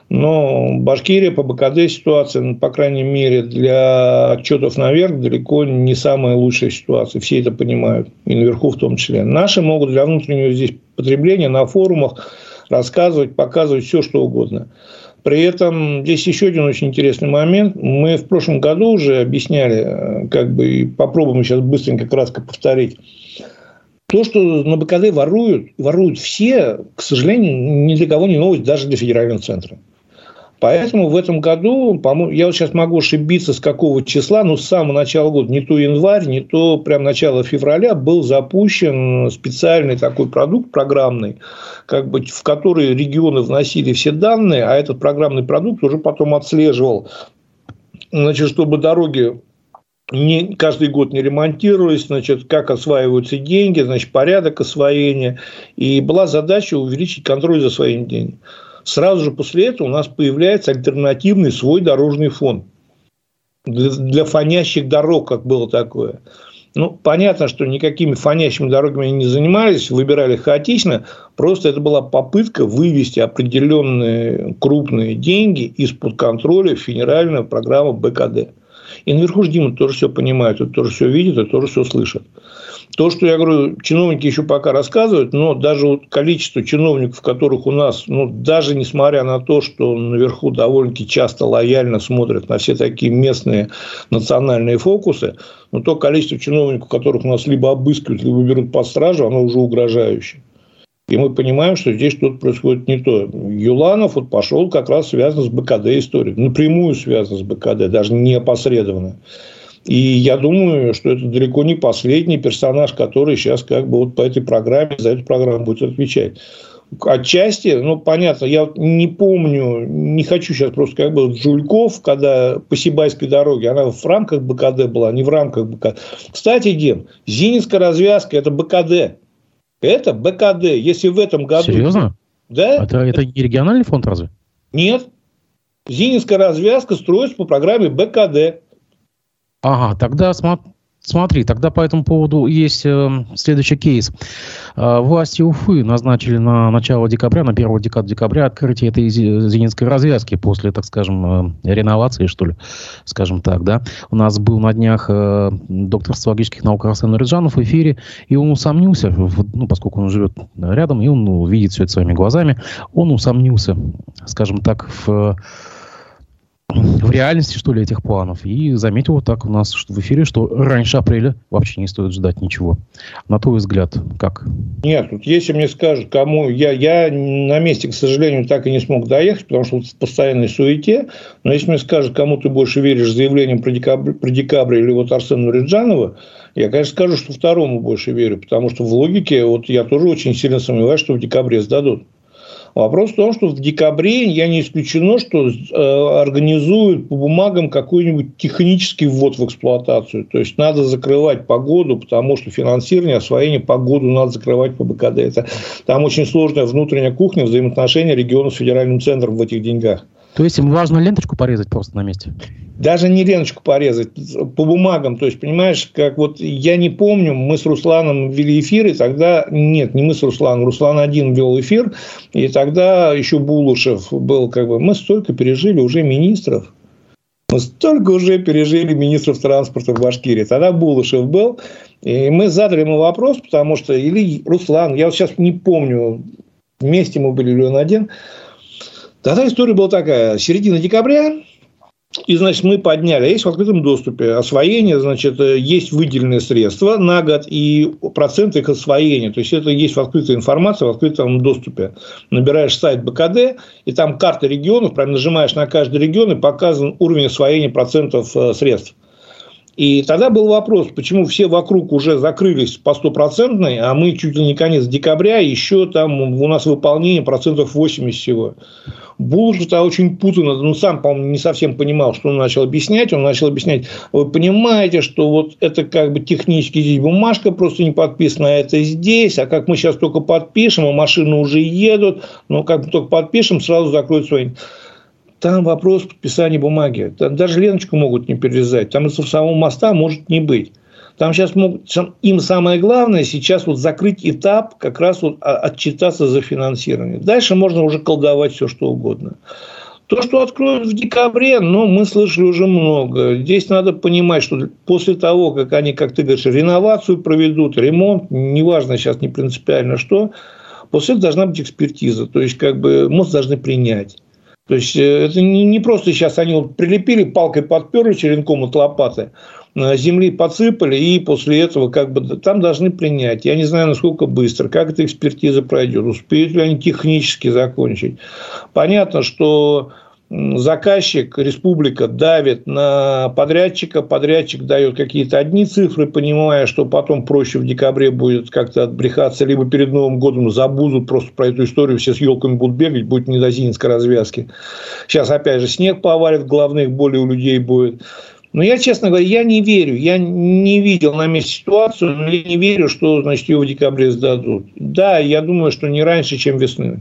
Но Башкирия по БКД ситуация, по крайней мере, для отчетов наверх далеко не самая лучшая ситуация. Все это понимают, и наверху в том числе. Наши могут для внутреннего здесь потребления на форумах рассказывать, показывать все, что угодно. При этом здесь еще один очень интересный момент. Мы в прошлом году уже объясняли, как бы, и попробуем сейчас быстренько, кратко повторить. То, что на БКД воруют, воруют все, к сожалению, ни для кого не новость, даже для федерального центра. Поэтому в этом году, по-моему, я вот сейчас могу ошибиться, с какого числа, но с самого начала года, не то январь, не то прям начало февраля, был запущен специальный такой продукт программный, как бы, в который регионы вносили все данные, а этот программный продукт уже потом отслеживал, значит, чтобы дороги не, каждый год не ремонтировались, значит, как осваиваются деньги, значит, порядок освоения. И была задача увеличить контроль за освоением денег. Сразу же после этого у нас появляется альтернативный свой дорожный фонд для, для фонящих дорог, как было такое. Ну, понятно, что никакими фонящими дорогами они не занимались, выбирали хаотично. Просто это была попытка вывести определенные крупные деньги из-под контроля федеральной программы БКД. И наверху же Дима тоже все понимает, это тоже все видит, это тоже все слышит. То, что я говорю, чиновники еще пока рассказывают, но даже вот количество чиновников, которых у нас, ну, даже несмотря на то, что наверху довольно-таки часто лояльно смотрят на все такие местные национальные фокусы, но то количество чиновников, которых у нас либо обыскивают, либо берут под стражу, оно уже угрожающее. И мы понимаем, что здесь что-то происходит не то. Юланов вот пошел как раз связан с БКД историей, напрямую связан с БКД, даже не опосредованно. И я думаю, что это далеко не последний персонаж, который сейчас как бы вот по этой программе, за эту программу будет отвечать. Отчасти, ну, понятно, я не помню, не хочу сейчас просто как бы Жульков, когда по Сибайской дороге, она в рамках БКД была, не в рамках БКД. Кстати, Дим, Зининская развязка – это БКД. Это БКД. Если в этом году... Серьезно? Да. Это, это не региональный фонд разве? Нет. Зининская развязка строится по программе БКД. Ага, тогда смотри, тогда по этому поводу есть э, следующий кейс. Э, власти Уфы назначили на начало декабря, на первую декаду декабря открытие этой Зининской развязки после, так скажем, э, реновации, что ли, скажем так, да. У нас был на днях э, доктор социологических наук Арсен Нуриджанов в эфире, и он усомнился, в, ну, поскольку он живет рядом, и он ну, видит все это своими глазами, он усомнился, скажем так, в... в реальности, что ли, этих планов. И заметил вот так у нас что в эфире, что раньше апреля вообще не стоит ждать ничего. На твой взгляд, как? Нет, вот если мне скажут, кому... Я, я на месте, к сожалению, так и не смог доехать, потому что в постоянной суете. Но если мне скажут, кому ты больше веришь, заявлением про декабрь, про декабрь или вот Арсена Нуриджанова, я, конечно, скажу, что второму больше верю. Потому что в логике, вот я тоже очень сильно сомневаюсь, что в декабре сдадут. Вопрос в том, что в декабре я не исключено, что э, организуют по бумагам какой-нибудь технический ввод в эксплуатацию. То есть, надо закрывать погоду, потому что финансирование, освоение погоду надо закрывать по БКД. Это, там очень сложная внутренняя кухня взаимоотношения региона с федеральным центром в этих деньгах. То есть, им важно ленточку порезать просто на месте? Даже не ленточку порезать, по бумагам. То есть, понимаешь, как вот я не помню, мы с Русланом вели эфир, и тогда... Нет, не мы с Русланом. Руслан один вел эфир, и тогда еще Булушев был как бы... Мы столько пережили уже министров. Мы столько уже пережили министров транспорта в Башкирии. Тогда Булушев был. И мы задали ему вопрос, потому что... Или Руслан, я вот сейчас не помню, вместе мы были или он один. Тогда история была такая. Середина декабря... И, значит, мы подняли, есть в открытом доступе освоение, значит, есть выделенные средства на год и процент их освоения. То есть, это есть в открытой информации, в открытом доступе. Набираешь сайт БКД, и там карта регионов, прям нажимаешь на каждый регион, и показан уровень освоения процентов средств. И тогда был вопрос, почему все вокруг уже закрылись по стопроцентной, а мы чуть ли не конец декабря, еще там у нас выполнение процентов восемьдесят всего. Булушев-то очень путанно, ну, сам, по-моему, не совсем понимал, что он начал объяснять. Он начал объяснять, вы понимаете, что вот это как бы технически здесь бумажка просто не подписана, а это здесь, а как мы сейчас только подпишем, а машины уже едут, но как мы только подпишем, сразу закроют свои... Там вопрос подписания бумаги. Там даже ленточку могут не перерезать. Там из-за самого моста может не быть. Там сейчас могут... Им самое главное сейчас вот закрыть этап, как раз вот отчитаться за финансирование. Дальше можно уже колдовать все, что угодно. То, что откроют в декабре, ну, мы слышали уже много. Здесь надо понимать, что после того, как они, как ты говоришь, реновацию проведут, ремонт, неважно сейчас, не принципиально что, после этого должна быть экспертиза. То есть, как бы мост должны принять. То есть, это не просто сейчас они вот прилепили, палкой подперли черенком от лопаты, земли подсыпали, и после этого как бы там должны принять. Я не знаю, насколько быстро, как эта экспертиза пройдет, успеют ли они технически закончить. Понятно, что заказчик, республика давит на подрядчика, подрядчик дает какие-то одни цифры, понимая, что потом проще в декабре будет как-то отбрехаться, либо перед Новым годом забудут просто про эту историю, все с елками будут бегать, будет не до Зининской развязки. Сейчас, опять же, снег повалит, головных болей у людей будет. Но я, честно говоря, я не верю, я не видел на месте ситуацию, но я не верю, что, значит, ее в декабре сдадут. Да, я думаю, что не раньше, чем весной.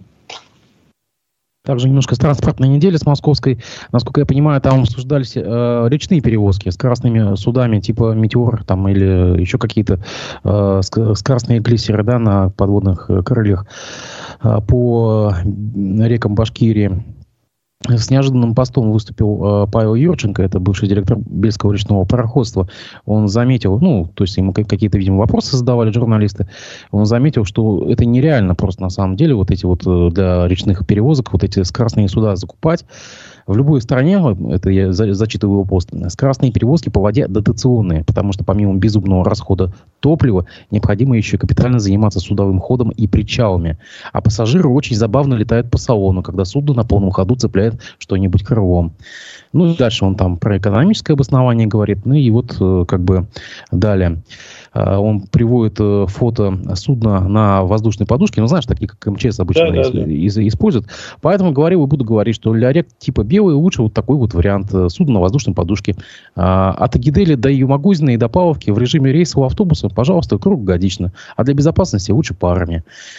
Также немножко с транспортной недели, с московской. Насколько я понимаю, там обсуждались э, речные перевозки с красными судами типа «Метеор» там, или еще какие-то э, скоростные глиссеры, да, на подводных крыльях э, по рекам Башкирии. С неожиданным постом выступил э, Павел Юрченко, это бывший директор Бельского речного пароходства. Он заметил, ну, то есть ему какие-то, видимо, вопросы задавали журналисты. Он заметил, что это нереально просто на самом деле вот эти вот для речных перевозок вот эти скоростные суда закупать. В любой стране, это я зачитываю его пост, скоростные перевозки по воде дотационные, потому что помимо безумного расхода топлива, необходимо еще капитально заниматься судовым ходом и причалами. А пассажиры очень забавно летают по салону, когда судно на полном ходу цепляет что-нибудь крылом. Ну, и дальше он там про экономическое обоснование говорит. Ну, и вот как бы далее. Он приводит фото судна на воздушной подушке. Ну, знаешь, такие, как МЧС обычно да, да, да. используют. Поэтому говорил и буду говорить, что для рек типа белый лучше вот такой вот вариант судна на воздушной подушке. От Агидели до Юмагузина и до Павловки в режиме рейсового автобуса, пожалуйста, круглогодично. А для безопасности лучше парами.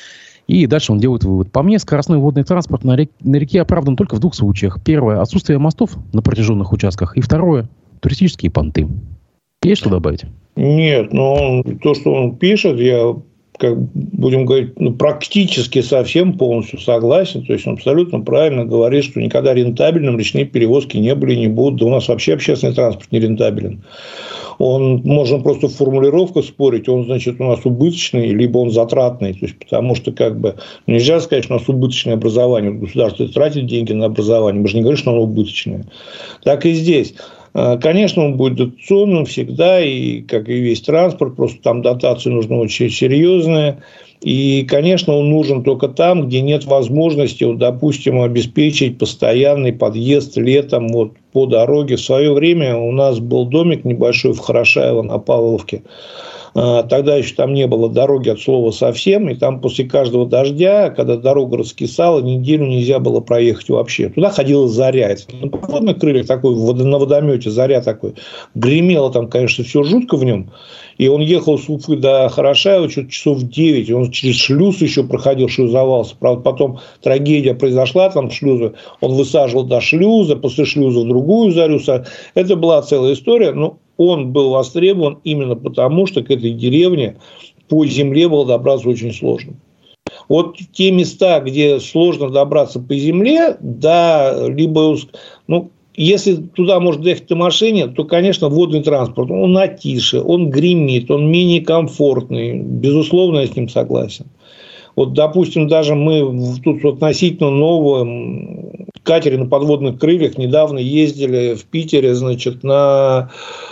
И дальше он делает вывод. По мне, скоростной водный транспорт на, рек, на реке оправдан только в двух случаях. Первое – отсутствие мостов на протяженных участках. И второе – туристические понты. Есть что добавить? Нет, но то, что он пишет, я, как будем говорить, ну, практически совсем полностью согласен. То есть, он абсолютно правильно говорит, что никогда рентабельным речные перевозки не были и не будут. Да у нас вообще общественный транспорт не рентабелен. Он, можно просто в формулировках спорить, он, значит, у нас убыточный, либо он затратный. То есть, потому что, как бы, нельзя сказать, что у нас убыточное образование. Государство тратит деньги на образование. Мы же не говорим, что оно убыточное. Так и здесь. Конечно, он будет дотационным всегда, и как и весь транспорт, просто там дотации нужны очень серьезные. И, конечно, он нужен только там, где нет возможности, вот, допустим, обеспечить постоянный подъезд летом вот, по дороге. В свое время у нас был домик небольшой в Хорошаево на Павловке. Тогда еще там не было дороги от слова совсем, и там после каждого дождя, когда дорога раскисала, неделю нельзя было проехать вообще. Туда ходила заря. На подводных крыльях такой, на водомете заря такой. Гремело там, конечно, все жутко в нем. И он ехал с Уфы до Хорошаева что-то часов девять. Он через шлюз еще проходил, шлюзовался. Правда, потом трагедия произошла, там шлюзы. Он высаживал до шлюза, после шлюза в другую зарю. Это была целая история. Но он был востребован именно потому, что к этой деревне по земле было добраться очень сложно. Вот те места, где сложно добраться по земле, да, либо, ну, если туда можно доехать на машине, то, конечно, водный транспорт, он на тише, он гремит, он менее комфортный. Безусловно, я с ним согласен. Вот, допустим, даже мы тут относительно новом катере на подводных крыльях недавно ездили в Питере, значит, на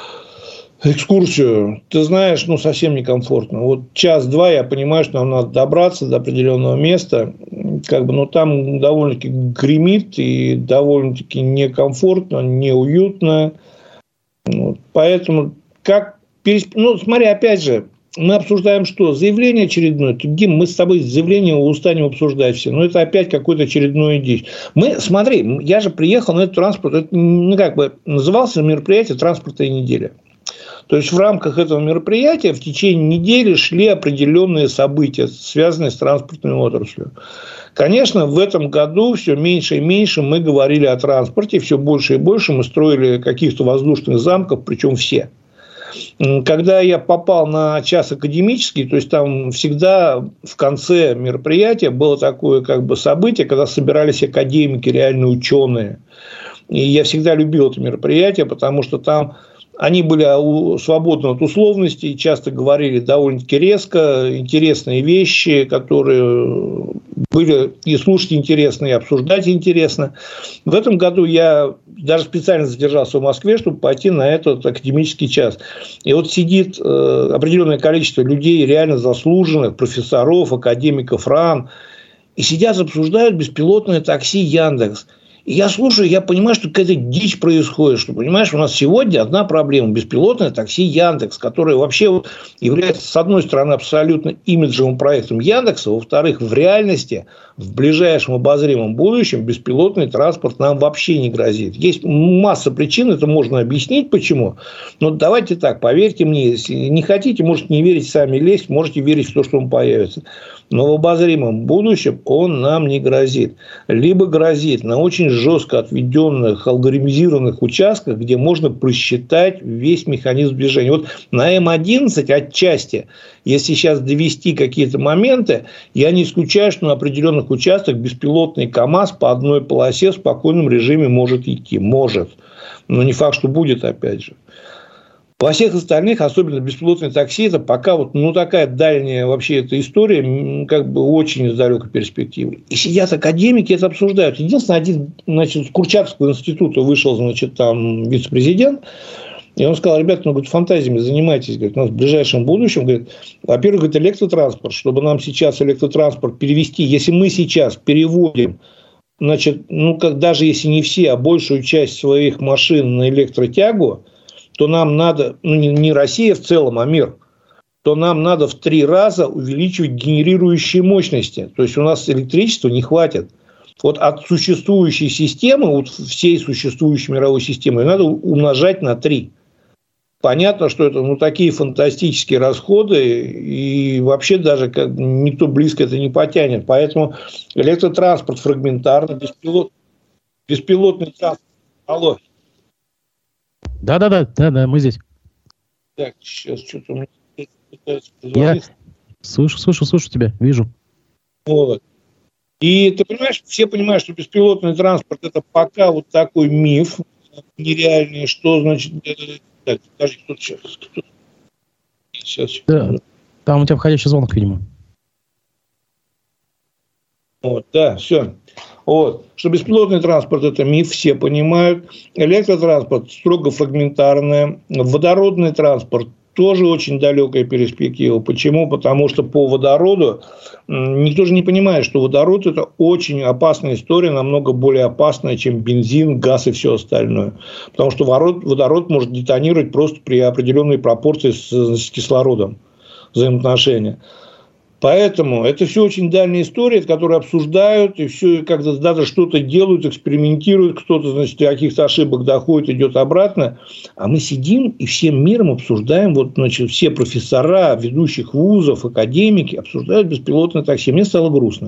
экскурсию. Ты знаешь, ну, совсем некомфортно. Вот час-два, я понимаю, что нам надо добраться до определенного места. Как бы, но там довольно-таки гремит и довольно-таки некомфортно, неуютно. Вот. Поэтому, как... Ну, смотри, опять же, мы обсуждаем что? Заявление очередное. Дим, мы с тобой заявление устанем обсуждать все. Но это опять какой-то очередной дичь. Мы, смотри, я же приехал на этот транспорт. Это, ну, как бы, назывался мероприятие «Транспортная неделя». То есть, в рамках этого мероприятия в течение недели шли определенные события, связанные с транспортной отраслью. Конечно, в этом году все меньше и меньше мы говорили о транспорте, все больше и больше мы строили каких-то воздушных замков, причем все. Когда я попал на час академический, то есть, там всегда в конце мероприятия было такое как бы событие, когда собирались академики, реальные ученые. И я всегда любил это мероприятие, потому что там... Они были свободны от условностей, часто говорили довольно-таки резко, интересные вещи, которые были и слушать интересно, и обсуждать интересно. В этом году я даже специально задержался в Москве, чтобы пойти на этот академический час. И вот сидит определенное количество людей, реально заслуженных, профессоров, академиков РАН, и сидят, обсуждают беспилотное такси Яндекс. И я слушаю, я понимаю, что какая-то дичь происходит. Что, понимаешь, у нас сегодня одна проблема. Беспилотное такси Яндекс, которое вообще является, с одной стороны, абсолютно имиджевым проектом Яндекса. Во-вторых, в реальности, в ближайшем обозримом будущем беспилотный транспорт нам вообще не грозит. Есть масса причин, это можно объяснить, почему. Но давайте так, поверьте мне, если не хотите, можете не верить, сами лезть, можете верить в то, что он появится. Но в обозримом будущем он нам не грозит. Либо грозит на очень жестко отведенных, алгоритмизированных участках, где можно просчитать весь механизм движения. Вот на эм одиннадцать отчасти, если сейчас довести какие-то моменты, я не исключаю, что на определенных участках беспилотный КАМАЗ по одной полосе в спокойном режиме может идти. Может. Но не факт, что будет, опять же. Во всех остальных, особенно беспилотные такси, это пока вот, ну, такая дальняя вообще эта история, как бы очень из далекой перспективы. И сидят академики, это обсуждают. Единственное, один, значит, с Курчатовского института вышел, значит, там вице-президент, и он сказал: ребята, ну, говорит, фантазиями занимайтесь, говорит, у нас в ближайшем будущем, говорит, во-первых, говорит, электротранспорт, чтобы нам сейчас электротранспорт перевести, если мы сейчас переводим, значит, ну, как даже если не все, а большую часть своих машин на электротягу, то нам надо, ну, не Россия в целом, а мир, то нам надо в три раза увеличивать генерирующие мощности. То есть, у нас электричества не хватит. Вот от существующей системы, вот всей существующей мировой системы, надо умножать на три. Понятно, что это, ну, такие фантастические расходы, и вообще даже как, никто близко это не потянет. Поэтому электротранспорт фрагментарный, беспилот, беспилотный транспорт. Алло. Да-да-да, да-да, мы здесь. Так, сейчас что-то у меня пытается Я слышу, слышу, слышу тебя, вижу. Вот. И ты понимаешь, все понимают, что беспилотный транспорт – это пока вот такой миф нереальный, что значит… Так, подожди, кто-то сейчас… Кто-то... сейчас. Да, там у тебя входящий звонок, видимо. Вот, да, все. Вот. Что беспилотный транспорт – это миф, все понимают. Электротранспорт строго фрагментарный. Водородный транспорт тоже очень далекая перспектива. Почему? Потому что по водороду никто же не понимает, что водород – это очень опасная история, намного более опасная, чем бензин, газ и все остальное. Потому что водород, водород может детонировать просто при определенной пропорции с, с кислородом, взаимоотношения. Поэтому это все очень дальняя история, которую обсуждают, и все, когда даже что-то делают, экспериментируют, кто-то, значит, до каких-то ошибок доходит, идет обратно. А мы сидим и всем миром обсуждаем, вот, значит, все профессора ведущих вузов, академики обсуждают беспилотное такси. Мне стало грустно.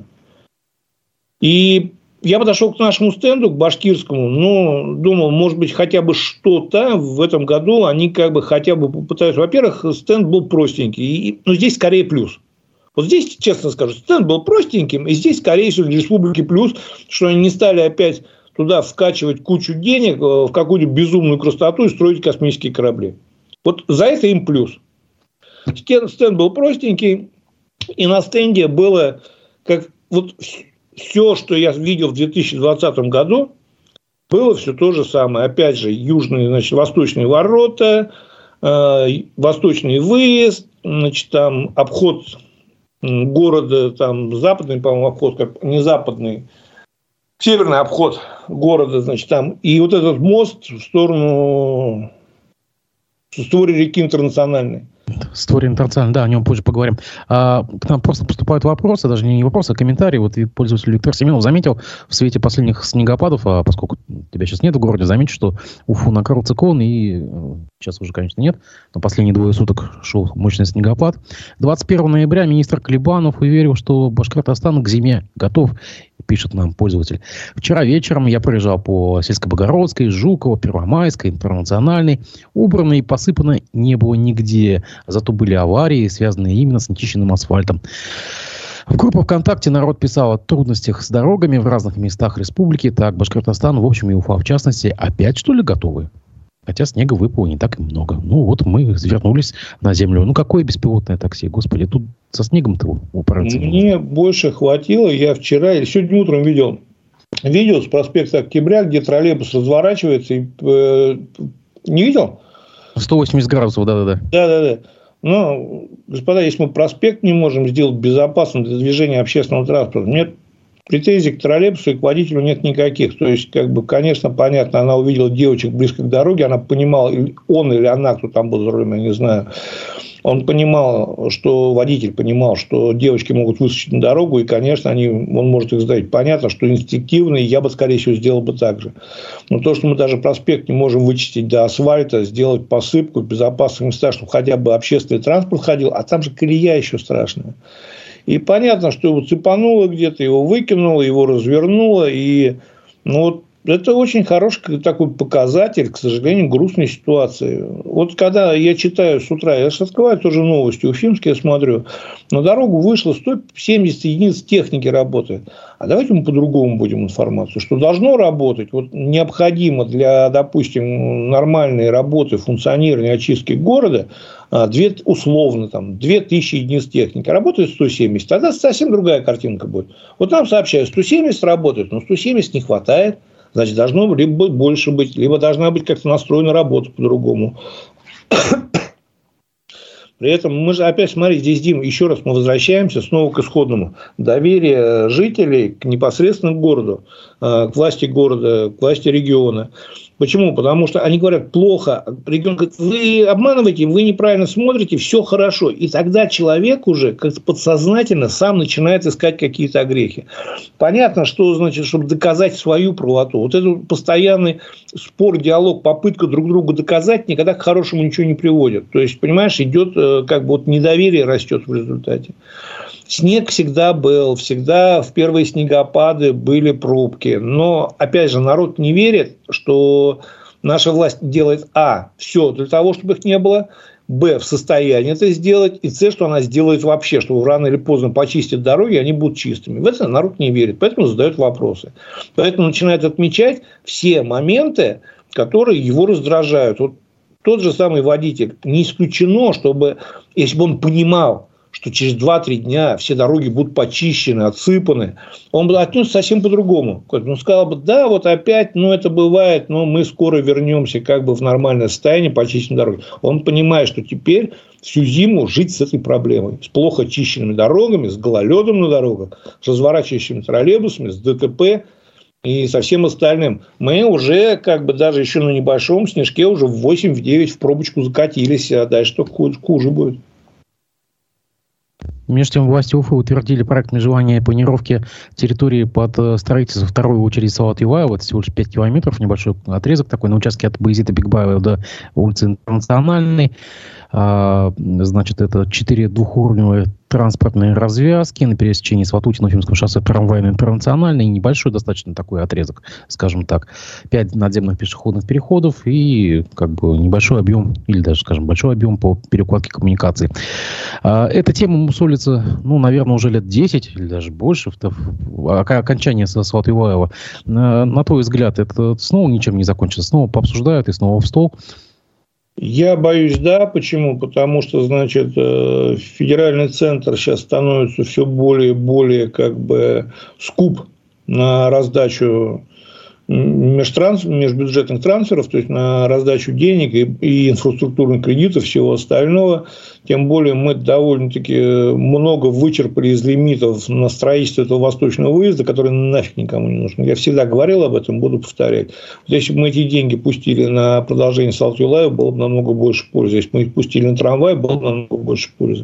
И я подошел к нашему стенду, к башкирскому, ну, думал, может быть, хотя бы что-то в этом году они как бы хотя бы попытаются. Во-первых, стенд был простенький, но здесь скорее плюс. Вот здесь, честно скажу, стенд был простеньким, и здесь, скорее всего, для республики плюс, что они не стали опять туда вкачивать кучу денег в какую-то безумную красоту и строить космические корабли. Вот за это им плюс. Стенд был простенький, и на стенде было как вот все, что я видел в две тысячи двадцатом году, было все то же самое. Опять же, южные, значит, восточные ворота, э, восточный выезд, значит, там обход города, там западный, по-моему, обход, как не западный, северный обход города, значит, там, и вот этот мост в сторону Стори реки Интернациональной. Стори Интернациональной, да, о нем позже поговорим. А, к нам просто поступают вопросы, даже не вопросы, а комментарии. Вот пользователь Виктор Семенов заметил в свете последних снегопадов, а поскольку тебя сейчас нет в городе, заметил, что Уфу накрыл циклон, и сейчас уже, конечно, нет, но последние двое суток шел мощный снегопад. двадцать первого ноября министр Колебанов уверил, что Башкортостан к зиме готов, пишет нам пользователь. Вчера вечером я проезжал по Сельскобогородской, Жуково, Первомайской, Интернациональной. Убрано и посыпано не было нигде. Зато были аварии, связанные именно с нечищенным асфальтом. В группах ВКонтакте народ писал о трудностях с дорогами в разных местах республики. Так, Башкортостан, в общем, и Уфа в частности, опять, что ли, готовы? Хотя снега выпало не так и много. Ну, вот мы вернулись на землю. Ну, какое беспилотное такси? Господи, тут со снегом-то управиться. Мне больше хватило. Я вчера или сегодня утром видел видео с проспекта Октября, где троллейбус разворачивается. И, э, не видел? сто восемьдесят градусов, да-да-да. Да-да-да. Но, господа, если мы проспект не можем сделать безопасным для движения общественного транспорта, нет претензий к троллейбусу и к водителю нет никаких. То есть, как бы, конечно, понятно, она увидела девочек близко к дороге, она понимала, он или она, кто там был за рулем, я не знаю, он понимал, что водитель понимал, что девочки могут выскочить на дорогу, и, конечно, они, он может их сдать. Понятно, что инстинктивно, и я бы, скорее всего, сделал бы так же. Но то, что мы даже проспект не можем вычистить до асфальта, сделать посыпку в безопасных местах, чтобы хотя бы общественный транспорт ходил, а там же колея еще страшная. И понятно, что его цепануло где-то, его выкинуло, его развернуло. И, ну, вот, Это очень хороший такой показатель, к сожалению, грустной ситуации. Вот когда я читаю с утра, я же открываю тоже новости, уфимские смотрю, на дорогу вышло сто семьдесят единиц техники работает. А давайте мы по-другому будем информацию, что должно работать, вот необходимо для, допустим, нормальной работы, функционирования, очистки города, две, условно, там, две тысячи единиц техники, работает сто семьдесят, тогда совсем другая картинка будет. Вот нам сообщают, сто семьдесят работает, но сто семьдесят не хватает. Значит, должно либо больше быть, либо должна быть как-то настроена работа по-другому. При этом мы же опять, смотри, здесь, Дим, еще раз мы возвращаемся снова к исходному. Доверие жителей к непосредственно к городу, к власти города, к власти региона. Почему? Потому что они говорят, плохо. Регион говорит, вы обманываете, вы неправильно смотрите, все хорошо. И тогда человек уже как-то подсознательно сам начинает искать какие-то огрехи. Понятно, что значит, чтобы доказать свою правоту. Вот этот постоянный спор, диалог, попытка друг другу доказать никогда к хорошему ничего не приводит. То есть, понимаешь, идет как бы вот недоверие растет в результате. Снег всегда был, всегда в первые снегопады были пробки. Но, опять же, народ не верит, что наша власть делает а. все для того, чтобы их не было, б. в состоянии это сделать, и с. что она сделает вообще, чтобы рано или поздно почистят дороги, и они будут чистыми. В это народ не верит, поэтому задает вопросы. Поэтому начинает отмечать все моменты, которые его раздражают. Вот тот же самый водитель. Не исключено, чтобы, если бы он понимал, что через два-три дня все дороги будут почищены, отсыпаны, он бы отнесся совсем по-другому. Он сказал бы, да, вот опять, ну, это бывает, но мы скоро вернемся как бы в нормальное состояние, почистим дороги. Он понимает, что теперь всю зиму жить с этой проблемой. С плохо очищенными дорогами, с гололедом на дорогах, с разворачивающими троллейбусами, с ДТП и со всем остальным. Мы уже, как бы, даже еще на небольшом снежке уже в восемь-девять в пробочку закатились, а дальше только хуже, хуже будет. Между тем, власти Уфы утвердили проект межевания планировки территории под строительство второй очереди Салавата-Юлаева. Это всего лишь пять километров, небольшой отрезок такой, на участке от Баязита Бикбаева до улицы Интернациональной. А, значит, это четыре двухуровневые транспортные развязки на пересечении с Ватутино-Уфимского шоссе трамвайный Интернациональный. Небольшой достаточно такой отрезок, скажем так. Пять надземных пешеходных переходов и как бы небольшой объем, или даже, скажем, большой объем по перекладке коммуникаций. А, эта тема мусолится, ну, наверное, уже лет десять или даже больше. Окончание Салавата-Юлаева. На, на твой взгляд, это снова ничем не закончится? Снова пообсуждают и снова в стол? Я боюсь, да. Почему? Потому что, значит, федеральный центр сейчас становится все более и более как бы скуп на раздачу межтранс... межбюджетных трансферов, то есть на раздачу денег и, и инфраструктурных кредитов, всего остального. Тем более мы довольно-таки много вычерпали из лимитов на строительство этого восточного выезда, который нафиг никому не нужен. Я всегда говорил об этом, буду повторять. Вот если бы мы эти деньги пустили на продолжение Салавата-Юлаева, было бы намного больше пользы. Если бы мы их пустили на трамвай, было бы намного больше пользы.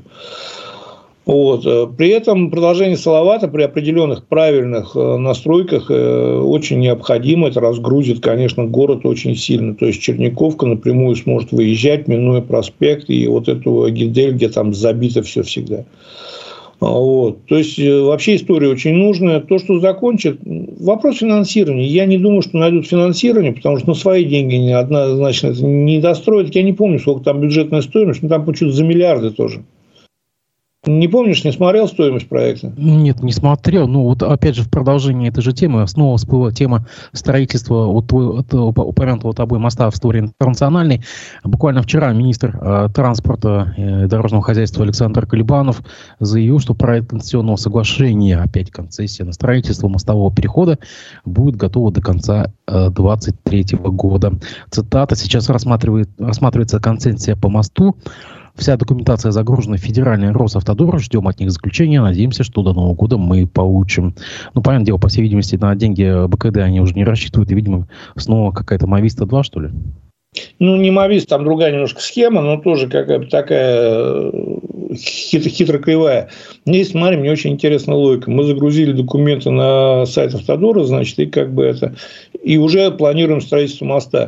Вот. При этом продолжение Салавата при определенных правильных настройках очень необходимо. Это разгрузит, конечно, город очень сильно. То есть Черниковка напрямую сможет выезжать, минуя проспект и вот эту Гидель, где там забито все всегда. Вот. То есть вообще история очень нужная. То, что закончит, вопрос финансирования. Я не думаю, что найдут финансирование, потому что на свои деньги однозначно это не достроят. Я не помню, сколько там бюджетная стоимость, но там почему-то за миллиарды тоже. Не помнишь, не смотрел стоимость проекта? Нет, не смотрел. Ну, вот опять же, в продолжении этой же темы снова всплыла тема строительства вот, вот, упомянутого тобой моста в Истории Интернациональной. Буквально вчера министр э, транспорта и дорожного хозяйства Александр Колебанов заявил, что проект концессионного соглашения, опять концессия на строительство мостового перехода, будет готово до конца две тысячи двадцать третьего года. Цитата. Сейчас рассматривает, рассматривается концессия по мосту. Вся документация загружена в федеральный Росавтодор. Ждем от них заключения. Надеемся, что до Нового года мы получим. Ну, понятное дело, по всей видимости, на деньги БКД они уже не рассчитывают. И, видимо, снова какая-то Мовиста два, что ли? Ну, не Мовист, там другая немножко схема, но тоже какая-то такая хитро, хитро кривая. Здесь, смотри, мне очень интересная логика. Мы загрузили документы на сайт Автодора, значит, и как бы это... И уже планируем строительство моста.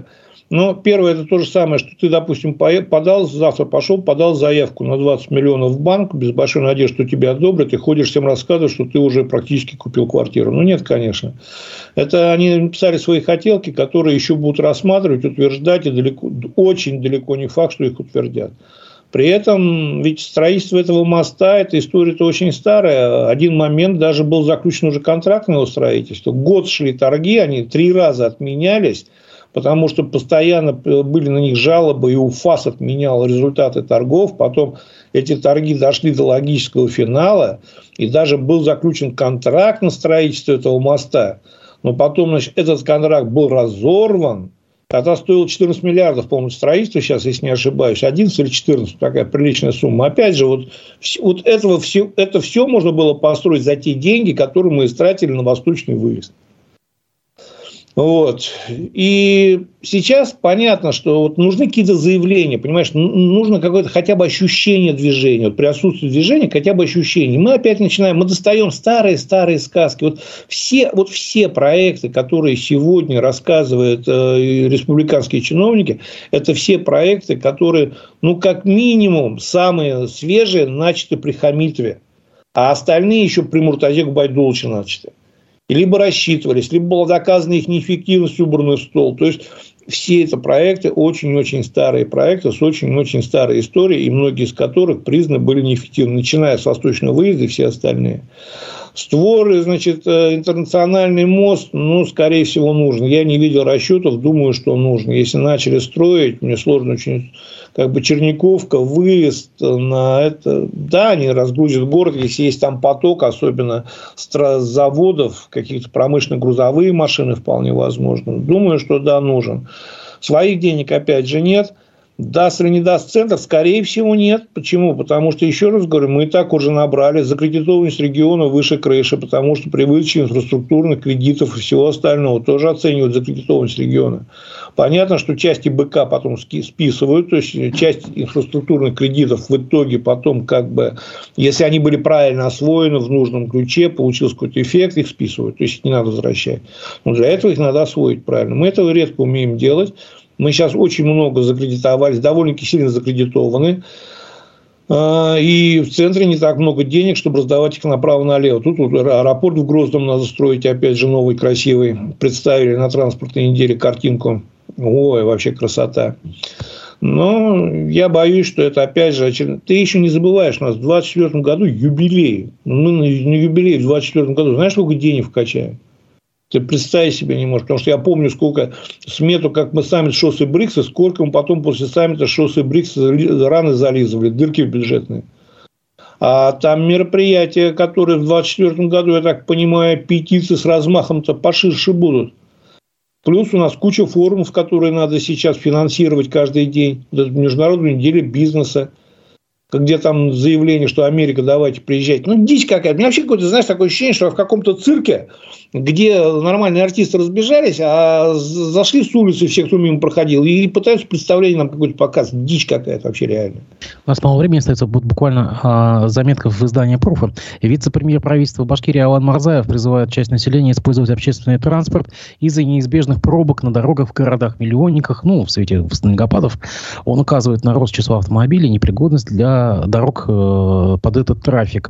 Но первое, это то же самое, что ты, допустим, подал, завтра пошел, подал заявку на двадцать миллионов в банк, без большой надежды, что тебя одобрят, и ходишь всем рассказываешь, что ты уже практически купил квартиру. Ну, нет, конечно. Это они написали свои хотелки, которые еще будут рассматривать, утверждать, и далеко, очень далеко не факт, что их утвердят. При этом, ведь строительство этого моста, эта история-то очень старая. Один момент даже был заключен уже контракт на его строительство. Год шли торги, они три раза отменялись, потому что постоянно были на них жалобы, и УФАС отменял результаты торгов. Потом эти торги дошли до логического финала, и даже был заключен контракт на строительство этого моста. Но потом, значит, этот контракт был разорван. Тогда стоило четырнадцать миллиардов, по-моему, строительство сейчас, если не ошибаюсь, одиннадцать или четырнадцать, такая приличная сумма. Опять же, вот, вот этого все, это все можно было построить за те деньги, которые мы истратили на восточный выезд. Вот. И сейчас понятно, что вот нужны какие-то заявления, понимаешь, нужно какое-то хотя бы ощущение движения. Вот при отсутствии движения хотя бы ощущение. Мы опять начинаем, мы достаем старые-старые сказки. Вот все, вот все проекты, которые сегодня рассказывают э, республиканские чиновники, это все проекты, которые, ну, как минимум, самые свежие начаты при Хамитове, а остальные еще при Муртазе Губайдуловиче начаты. Либо рассчитывались, либо была доказана их неэффективность, убранная в стол. То есть, все эти проекты очень-очень старые проекты с очень-очень старой историей, и многие из которых признаны были неэффективны, начиная с восточного выезда и все остальные. Створы, значит, интернациональный мост, ну, скорее всего, нужен. Я не видел расчетов, думаю, что нужно. Если начали строить, мне сложно очень, как бы, Черниковка, выезд на это, да, они разгрузят город, если есть там поток, особенно с заводов, каких-то промышленных грузовые машины, вполне возможно. Думаю, что да, нужен. Своих денег, опять же, нет. Даст или не даст центр? Скорее всего, нет. Почему? Потому что, еще раз говорю, мы и так уже набрали закредитованность региона выше крыши, потому что при выдаче инфраструктурных кредитов и всего остального тоже оценивают закредитованность региона. Понятно, что части БК потом списывают, то есть часть инфраструктурных кредитов в итоге потом, как бы, если они были правильно освоены в нужном ключе, получился какой-то эффект, их списывают, то есть их не надо возвращать. Но для этого их надо освоить правильно. Мы этого редко умеем делать. Мы сейчас очень много закредитовались, довольно-таки сильно закредитованы. И в центре не так много денег, чтобы раздавать их направо-налево. Тут вот аэропорт в Грозном надо строить, опять же, новый, красивый. Представили на транспортной неделе картинку. Ой, вообще красота. Но я боюсь, что это опять же... Ты еще не забываешь, у нас в двадцать четвёртом году юбилей. Мы на юбилей в двадцать четвёртом году, знаешь, сколько денег вкачаем? Ты представить себе не можешь. Потому что я помню, сколько смету, как мы саммит шоссе БРИКСа, сколько мы потом после саммита шоссе БРИКСа раны зализывали, дырки бюджетные. А там мероприятия, которые в двадцать четвёртом году, я так понимаю, петиции с размахом-то поширше будут. Плюс у нас куча форумов, которые надо сейчас финансировать каждый день. Международная неделя бизнеса. Где там заявление, что Америка, давайте приезжайте. Ну, дичь какая-то. У меня вообще какое-то, знаешь, такое ощущение, что я в каком-то цирке, где нормальные артисты разбежались, а зашли с улицы все, кто мимо проходил, и пытаются представление нам какой-то показывать. Дичь какая-то вообще реально. У нас мало времени остается. Будет буквально а, заметка в издании «Пруфа». Вице-премьер правительства Башкирии Алан Марзаев призывает часть населения использовать общественный транспорт из-за неизбежных пробок на дорогах в городах-миллионниках, ну, в свете снегопадов. Он указывает на рост числа автомобилей, непригодность для дорог э, под этот трафик.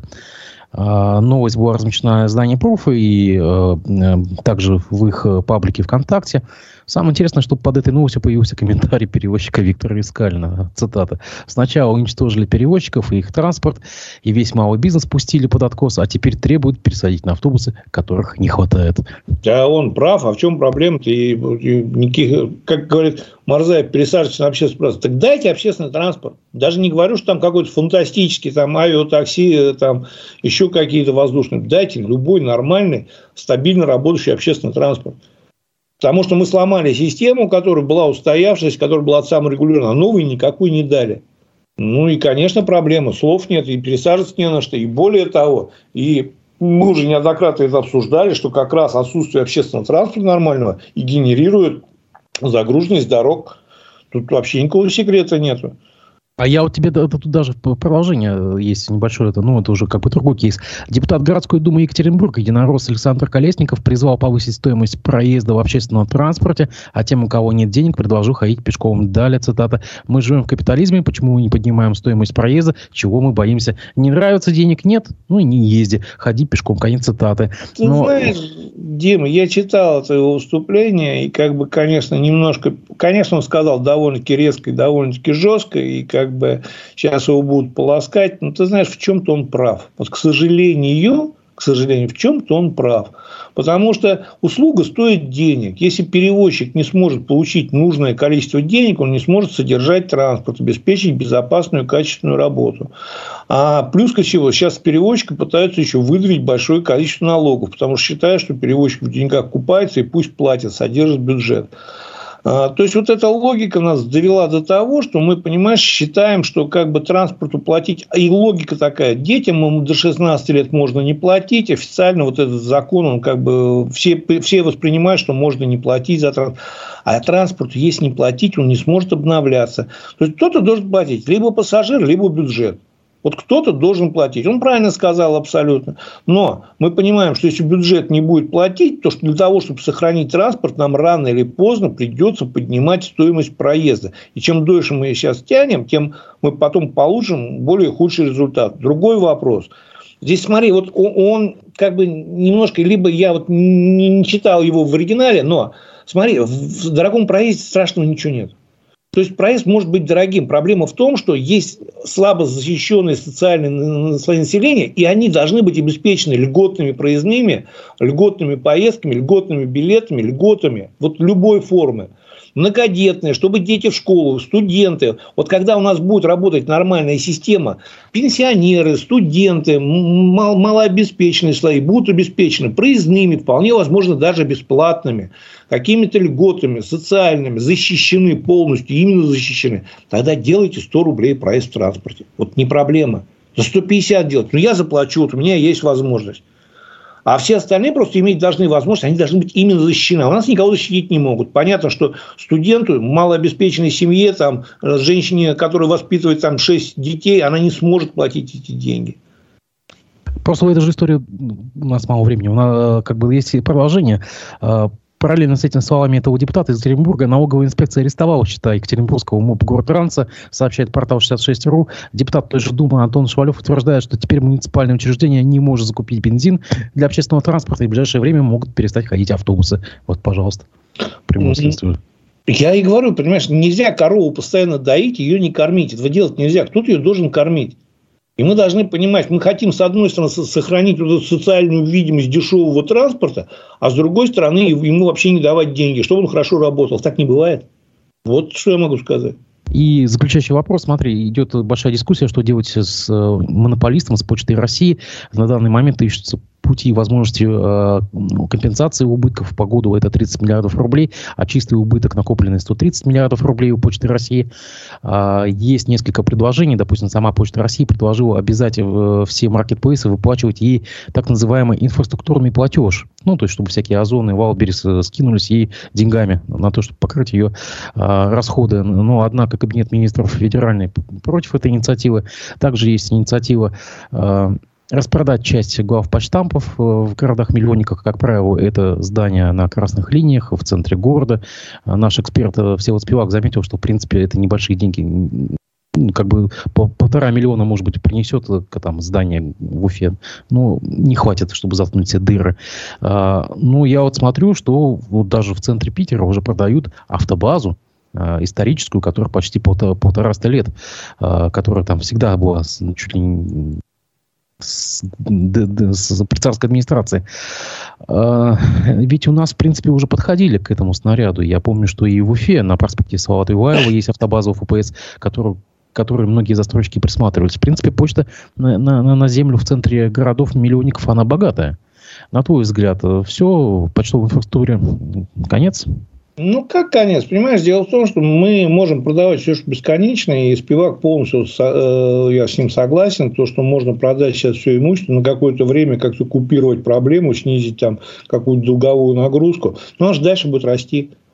Э, новость была размещена в издании «Пруфа» и э, э, также в их паблике ВКонтакте. Самое интересное, что под этой новостью появился комментарий перевозчика Виктора Искалина. Цитата. «Сначала уничтожили перевозчиков и их транспорт, и весь малый бизнес пустили под откос, а теперь требуют пересадить на автобусы, которых не хватает». Да, он прав. А в чем проблема-то? И, и никаких, как говорит Марзаев, пересаживаться на общественный транспорт. Так дайте общественный транспорт. Даже не говорю, что там какой-то фантастический там, авиатакси, там, еще какие-то воздушные. Дайте любой нормальный, стабильно работающий общественный транспорт. Потому что мы сломали систему, которая была устоявшаяся, которая была саморегулирована, а новой никакой не дали. Ну, и, конечно, проблема. Слов нет, и пересаживаться не на что. И более того, и мы уже неоднократно это обсуждали, что как раз отсутствие общественного транспорта нормального и генерирует загруженность дорог. Тут вообще никакого секрета нету. А я вот тебе, это тут даже продолжение есть небольшое, это, ну, это уже как бы другой кейс. Депутат городской думы Екатеринбурга, единорос Александр Колесников призвал повысить стоимость проезда в общественном транспорте, а тем, у кого нет денег, предложил ходить пешком. Далее цитата: «Мы живем в капитализме, почему мы не поднимаем стоимость проезда, чего мы боимся? Не нравится, денег нет? Ну и не езди, ходи пешком». Конец цитаты. Ты Но... знаешь, Дима, я читал это его выступление, и как бы, конечно, немножко, конечно, он сказал довольно-таки резко и довольно-таки жестко, и как Как бы сейчас его будут полоскать, но ты знаешь, в чем-то он прав. Вот, к сожалению, к сожалению, в чем-то он прав. Потому что услуга стоит денег. Если перевозчик не сможет получить нужное количество денег, он не сможет содержать транспорт, обеспечить безопасную, качественную работу. А плюс ко всему, сейчас перевозчика пытаются еще выдавить большое количество налогов, потому что считают, что перевозчик в деньгах купается и пусть платит, содержит бюджет. То есть, вот эта логика нас довела до того, что мы, понимаешь, считаем, что как бы транспорту платить... И логика такая: детям до шестнадцати лет можно не платить. Официально вот этот закон, он как бы... Все, все воспринимают, что можно не платить за транспорт. А транспорту, если не платить, он не сможет обновляться. То есть, кто-то должен платить. Либо пассажир, либо бюджет. Вот кто-то должен платить. Он правильно сказал абсолютно. Но мы понимаем, что если бюджет не будет платить, то для того, чтобы сохранить транспорт, нам рано или поздно придется поднимать стоимость проезда. И чем дольше мы сейчас тянем, тем мы потом получим более худший результат. Другой вопрос. Здесь, смотри, вот он как бы немножко... Либо я вот не читал его в оригинале, но смотри, в дорогом проезде страшного ничего нет. То есть, проезд может быть дорогим. Проблема в том, что есть слабо защищенное социальное слои населения, и они должны быть обеспечены льготными проездными, льготными поездками, льготными билетами, льготами вот любой формы. Многодетные, чтобы дети в школу, студенты. Вот когда у нас будет работать нормальная система, пенсионеры, студенты, мал- малообеспеченные слои будут обеспечены проездными, вполне возможно, даже бесплатными, какими-то льготами, социальными, защищены полностью, именно защищены. Тогда делайте сто рублей проезд в транспорте. Вот не проблема. За сто пятьдесят делать. Но я заплачу, вот у меня есть возможность. А все остальные просто иметь должны возможность, они должны быть именно защищены. А у нас никого защитить не могут. Понятно, что студенту, малообеспеченной семье, там, женщине, которая воспитывает там, шесть детей, она не сможет платить эти деньги. Просто в этой же истории у нас мало времени. У нас как бы есть продолжение. Параллельно с этими словами этого депутата из Екатеринбурга налоговая инспекция арестовала счета Екатеринбургского МОП Гортранса, сообщает портал шестьдесят шесть точка ру. Депутат той же Думы Антон Швалев утверждает, что теперь муниципальное учреждение не может закупить бензин для общественного транспорта, и в ближайшее время могут перестать ходить автобусы. Вот, пожалуйста, прямое следствие. Я и говорю, понимаешь, нельзя корову постоянно доить, ее не кормить. Этого делать нельзя. Кто-то ее должен кормить. И мы должны понимать, мы хотим, с одной стороны, сохранить вот эту социальную видимость дешевого транспорта, а с другой стороны, ему вообще не давать деньги, чтобы он хорошо работал. Так не бывает. Вот что я могу сказать. И заключающий вопрос. Смотри, идет большая дискуссия, что делать с монополистом, с Почтой России. На данный момент ищутся пути и возможности э, компенсации убытков по году. Это тридцать миллиардов рублей, а чистый убыток накопленный сто тридцать миллиардов рублей у Почты России. Э, есть несколько предложений. Допустим, сама Почта России предложила обязать э, все маркетплейсы выплачивать ей так называемый инфраструктурный платеж. Ну, то есть, чтобы всякие Озоны, Валберис э, скинулись ей деньгами на то, чтобы покрыть ее э, расходы. Но, однако, Кабинет министров федеральный против этой инициативы. Также есть инициатива э, распродать часть главпочтампов в городах-миллионниках. Как правило, это здания на красных линиях в центре города. Наш эксперт Всеволод Спивак заметил, что, в принципе, это небольшие деньги. Как бы по полтора миллиона, может быть, принесет там, здание в Уфе. Но не хватит, чтобы заткнуть все дыры. А, ну, я вот смотрю, что вот даже в центре Питера уже продают автобазу историческую, которая почти полтора, полтораста лет, которая там всегда была чуть ли не с, с, при царской администрации. Ведь у нас, в принципе, уже подходили к этому снаряду. Я помню, что и в Уфе на проспекте Салавата Юлаева есть автобаза УФПС, которую которые многие застройщики присматривались. В принципе, почта на, на, на землю в центре городов-миллионников, она богатая. На твой взгляд, все, почтовой инфраструктуре конец? Ну, как конец? Понимаешь, дело в том, что мы можем продавать все, что бесконечно, и Спивак полностью, э, я с ним согласен, то, что можно продать сейчас все имущество, на какое-то время как-то купировать проблему, снизить там какую-то долговую нагрузку, но оно же дальше будет расти.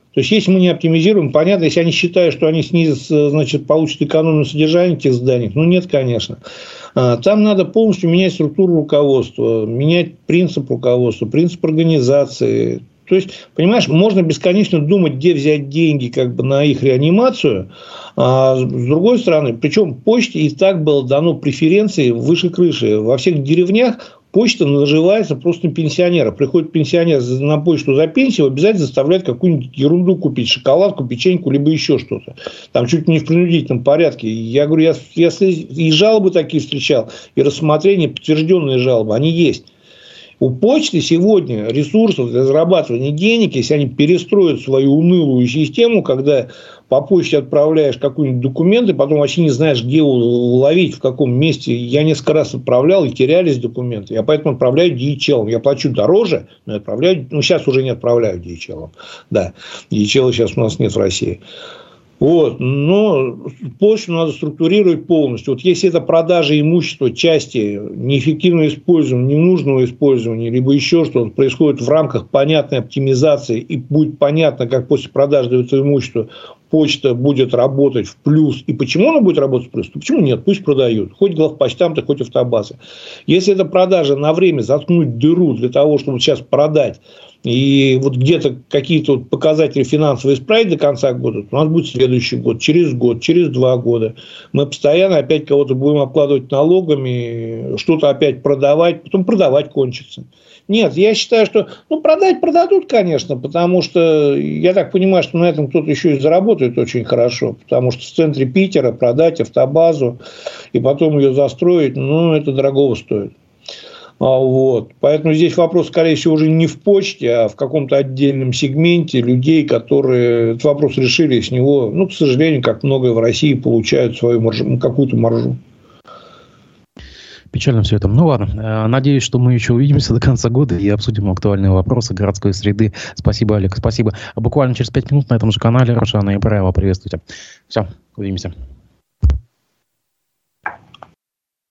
То есть, если мы не оптимизируем, понятно, если они считают, что они снизят, значит, получат экономию содержания этих зданий, ну, нет, конечно. Там надо полностью менять структуру руководства, менять принцип руководства, принцип организации. То есть, понимаешь, можно бесконечно думать, где взять деньги как бы, на их реанимацию. А с другой стороны, причем почте и так было дано преференции выше крыши. Во всех деревнях почта наживается просто на пенсионера. Приходит пенсионер на почту за пенсию, обязательно заставляет какую-нибудь ерунду купить. Шоколадку, печеньку, либо еще что-то. Там чуть ли не в принудительном порядке. Я говорю, я, я и жалобы такие встречал, и рассмотрения, подтвержденные жалобы, они есть. У почты сегодня ресурсов для зарабатывания денег, если они перестроят свою унылую систему, когда по почте отправляешь какой-нибудь документ, и потом вообще не знаешь, где его ловить, в каком месте. Я несколько раз отправлял, и терялись документы. Я поэтому отправляю ди эйч эл. Я плачу дороже, но отправляю... Ну, сейчас уже не отправляю ди эйч эл. Да, ди эйч эл сейчас у нас нет в России. Вот, но почту надо структурировать полностью. Вот если это продажа имущества, части, неэффективного использования, ненужного использования, либо еще что-то происходит в рамках понятной оптимизации, и будет понятно, как после продажи этого имущества почта будет работать в плюс. И почему она будет работать в плюс? То почему нет? Пусть продают. Хоть главпочтамты, хоть автобазы. Если это продажа на время заткнуть дыру для того, чтобы сейчас продать, и вот где-то какие-то вот показатели финансовые исправить до конца года, у нас будет следующий год, через год, через два года. Мы постоянно опять кого-то будем обкладывать налогами, что-то опять продавать, потом продавать кончится. Нет, я считаю, что ну, продать продадут, конечно, потому что я так понимаю, что на этом кто-то еще и заработает очень хорошо, потому что в центре Питера продать автобазу и потом ее застроить, ну, это дорогого стоит. Вот. Поэтому здесь вопрос, скорее всего, уже не в почте, а в каком-то отдельном сегменте людей, которые этот вопрос решили, и с него, ну, к сожалению, как многое в России, получают свою маржу, какую-то маржу. Печально все это. Ну ладно, надеюсь, что мы еще увидимся до конца года и обсудим актуальные вопросы городской среды. Спасибо, Олег, спасибо. Буквально через пять минут на этом же канале Рошана Ибраева. Приветствуйте. Все, увидимся.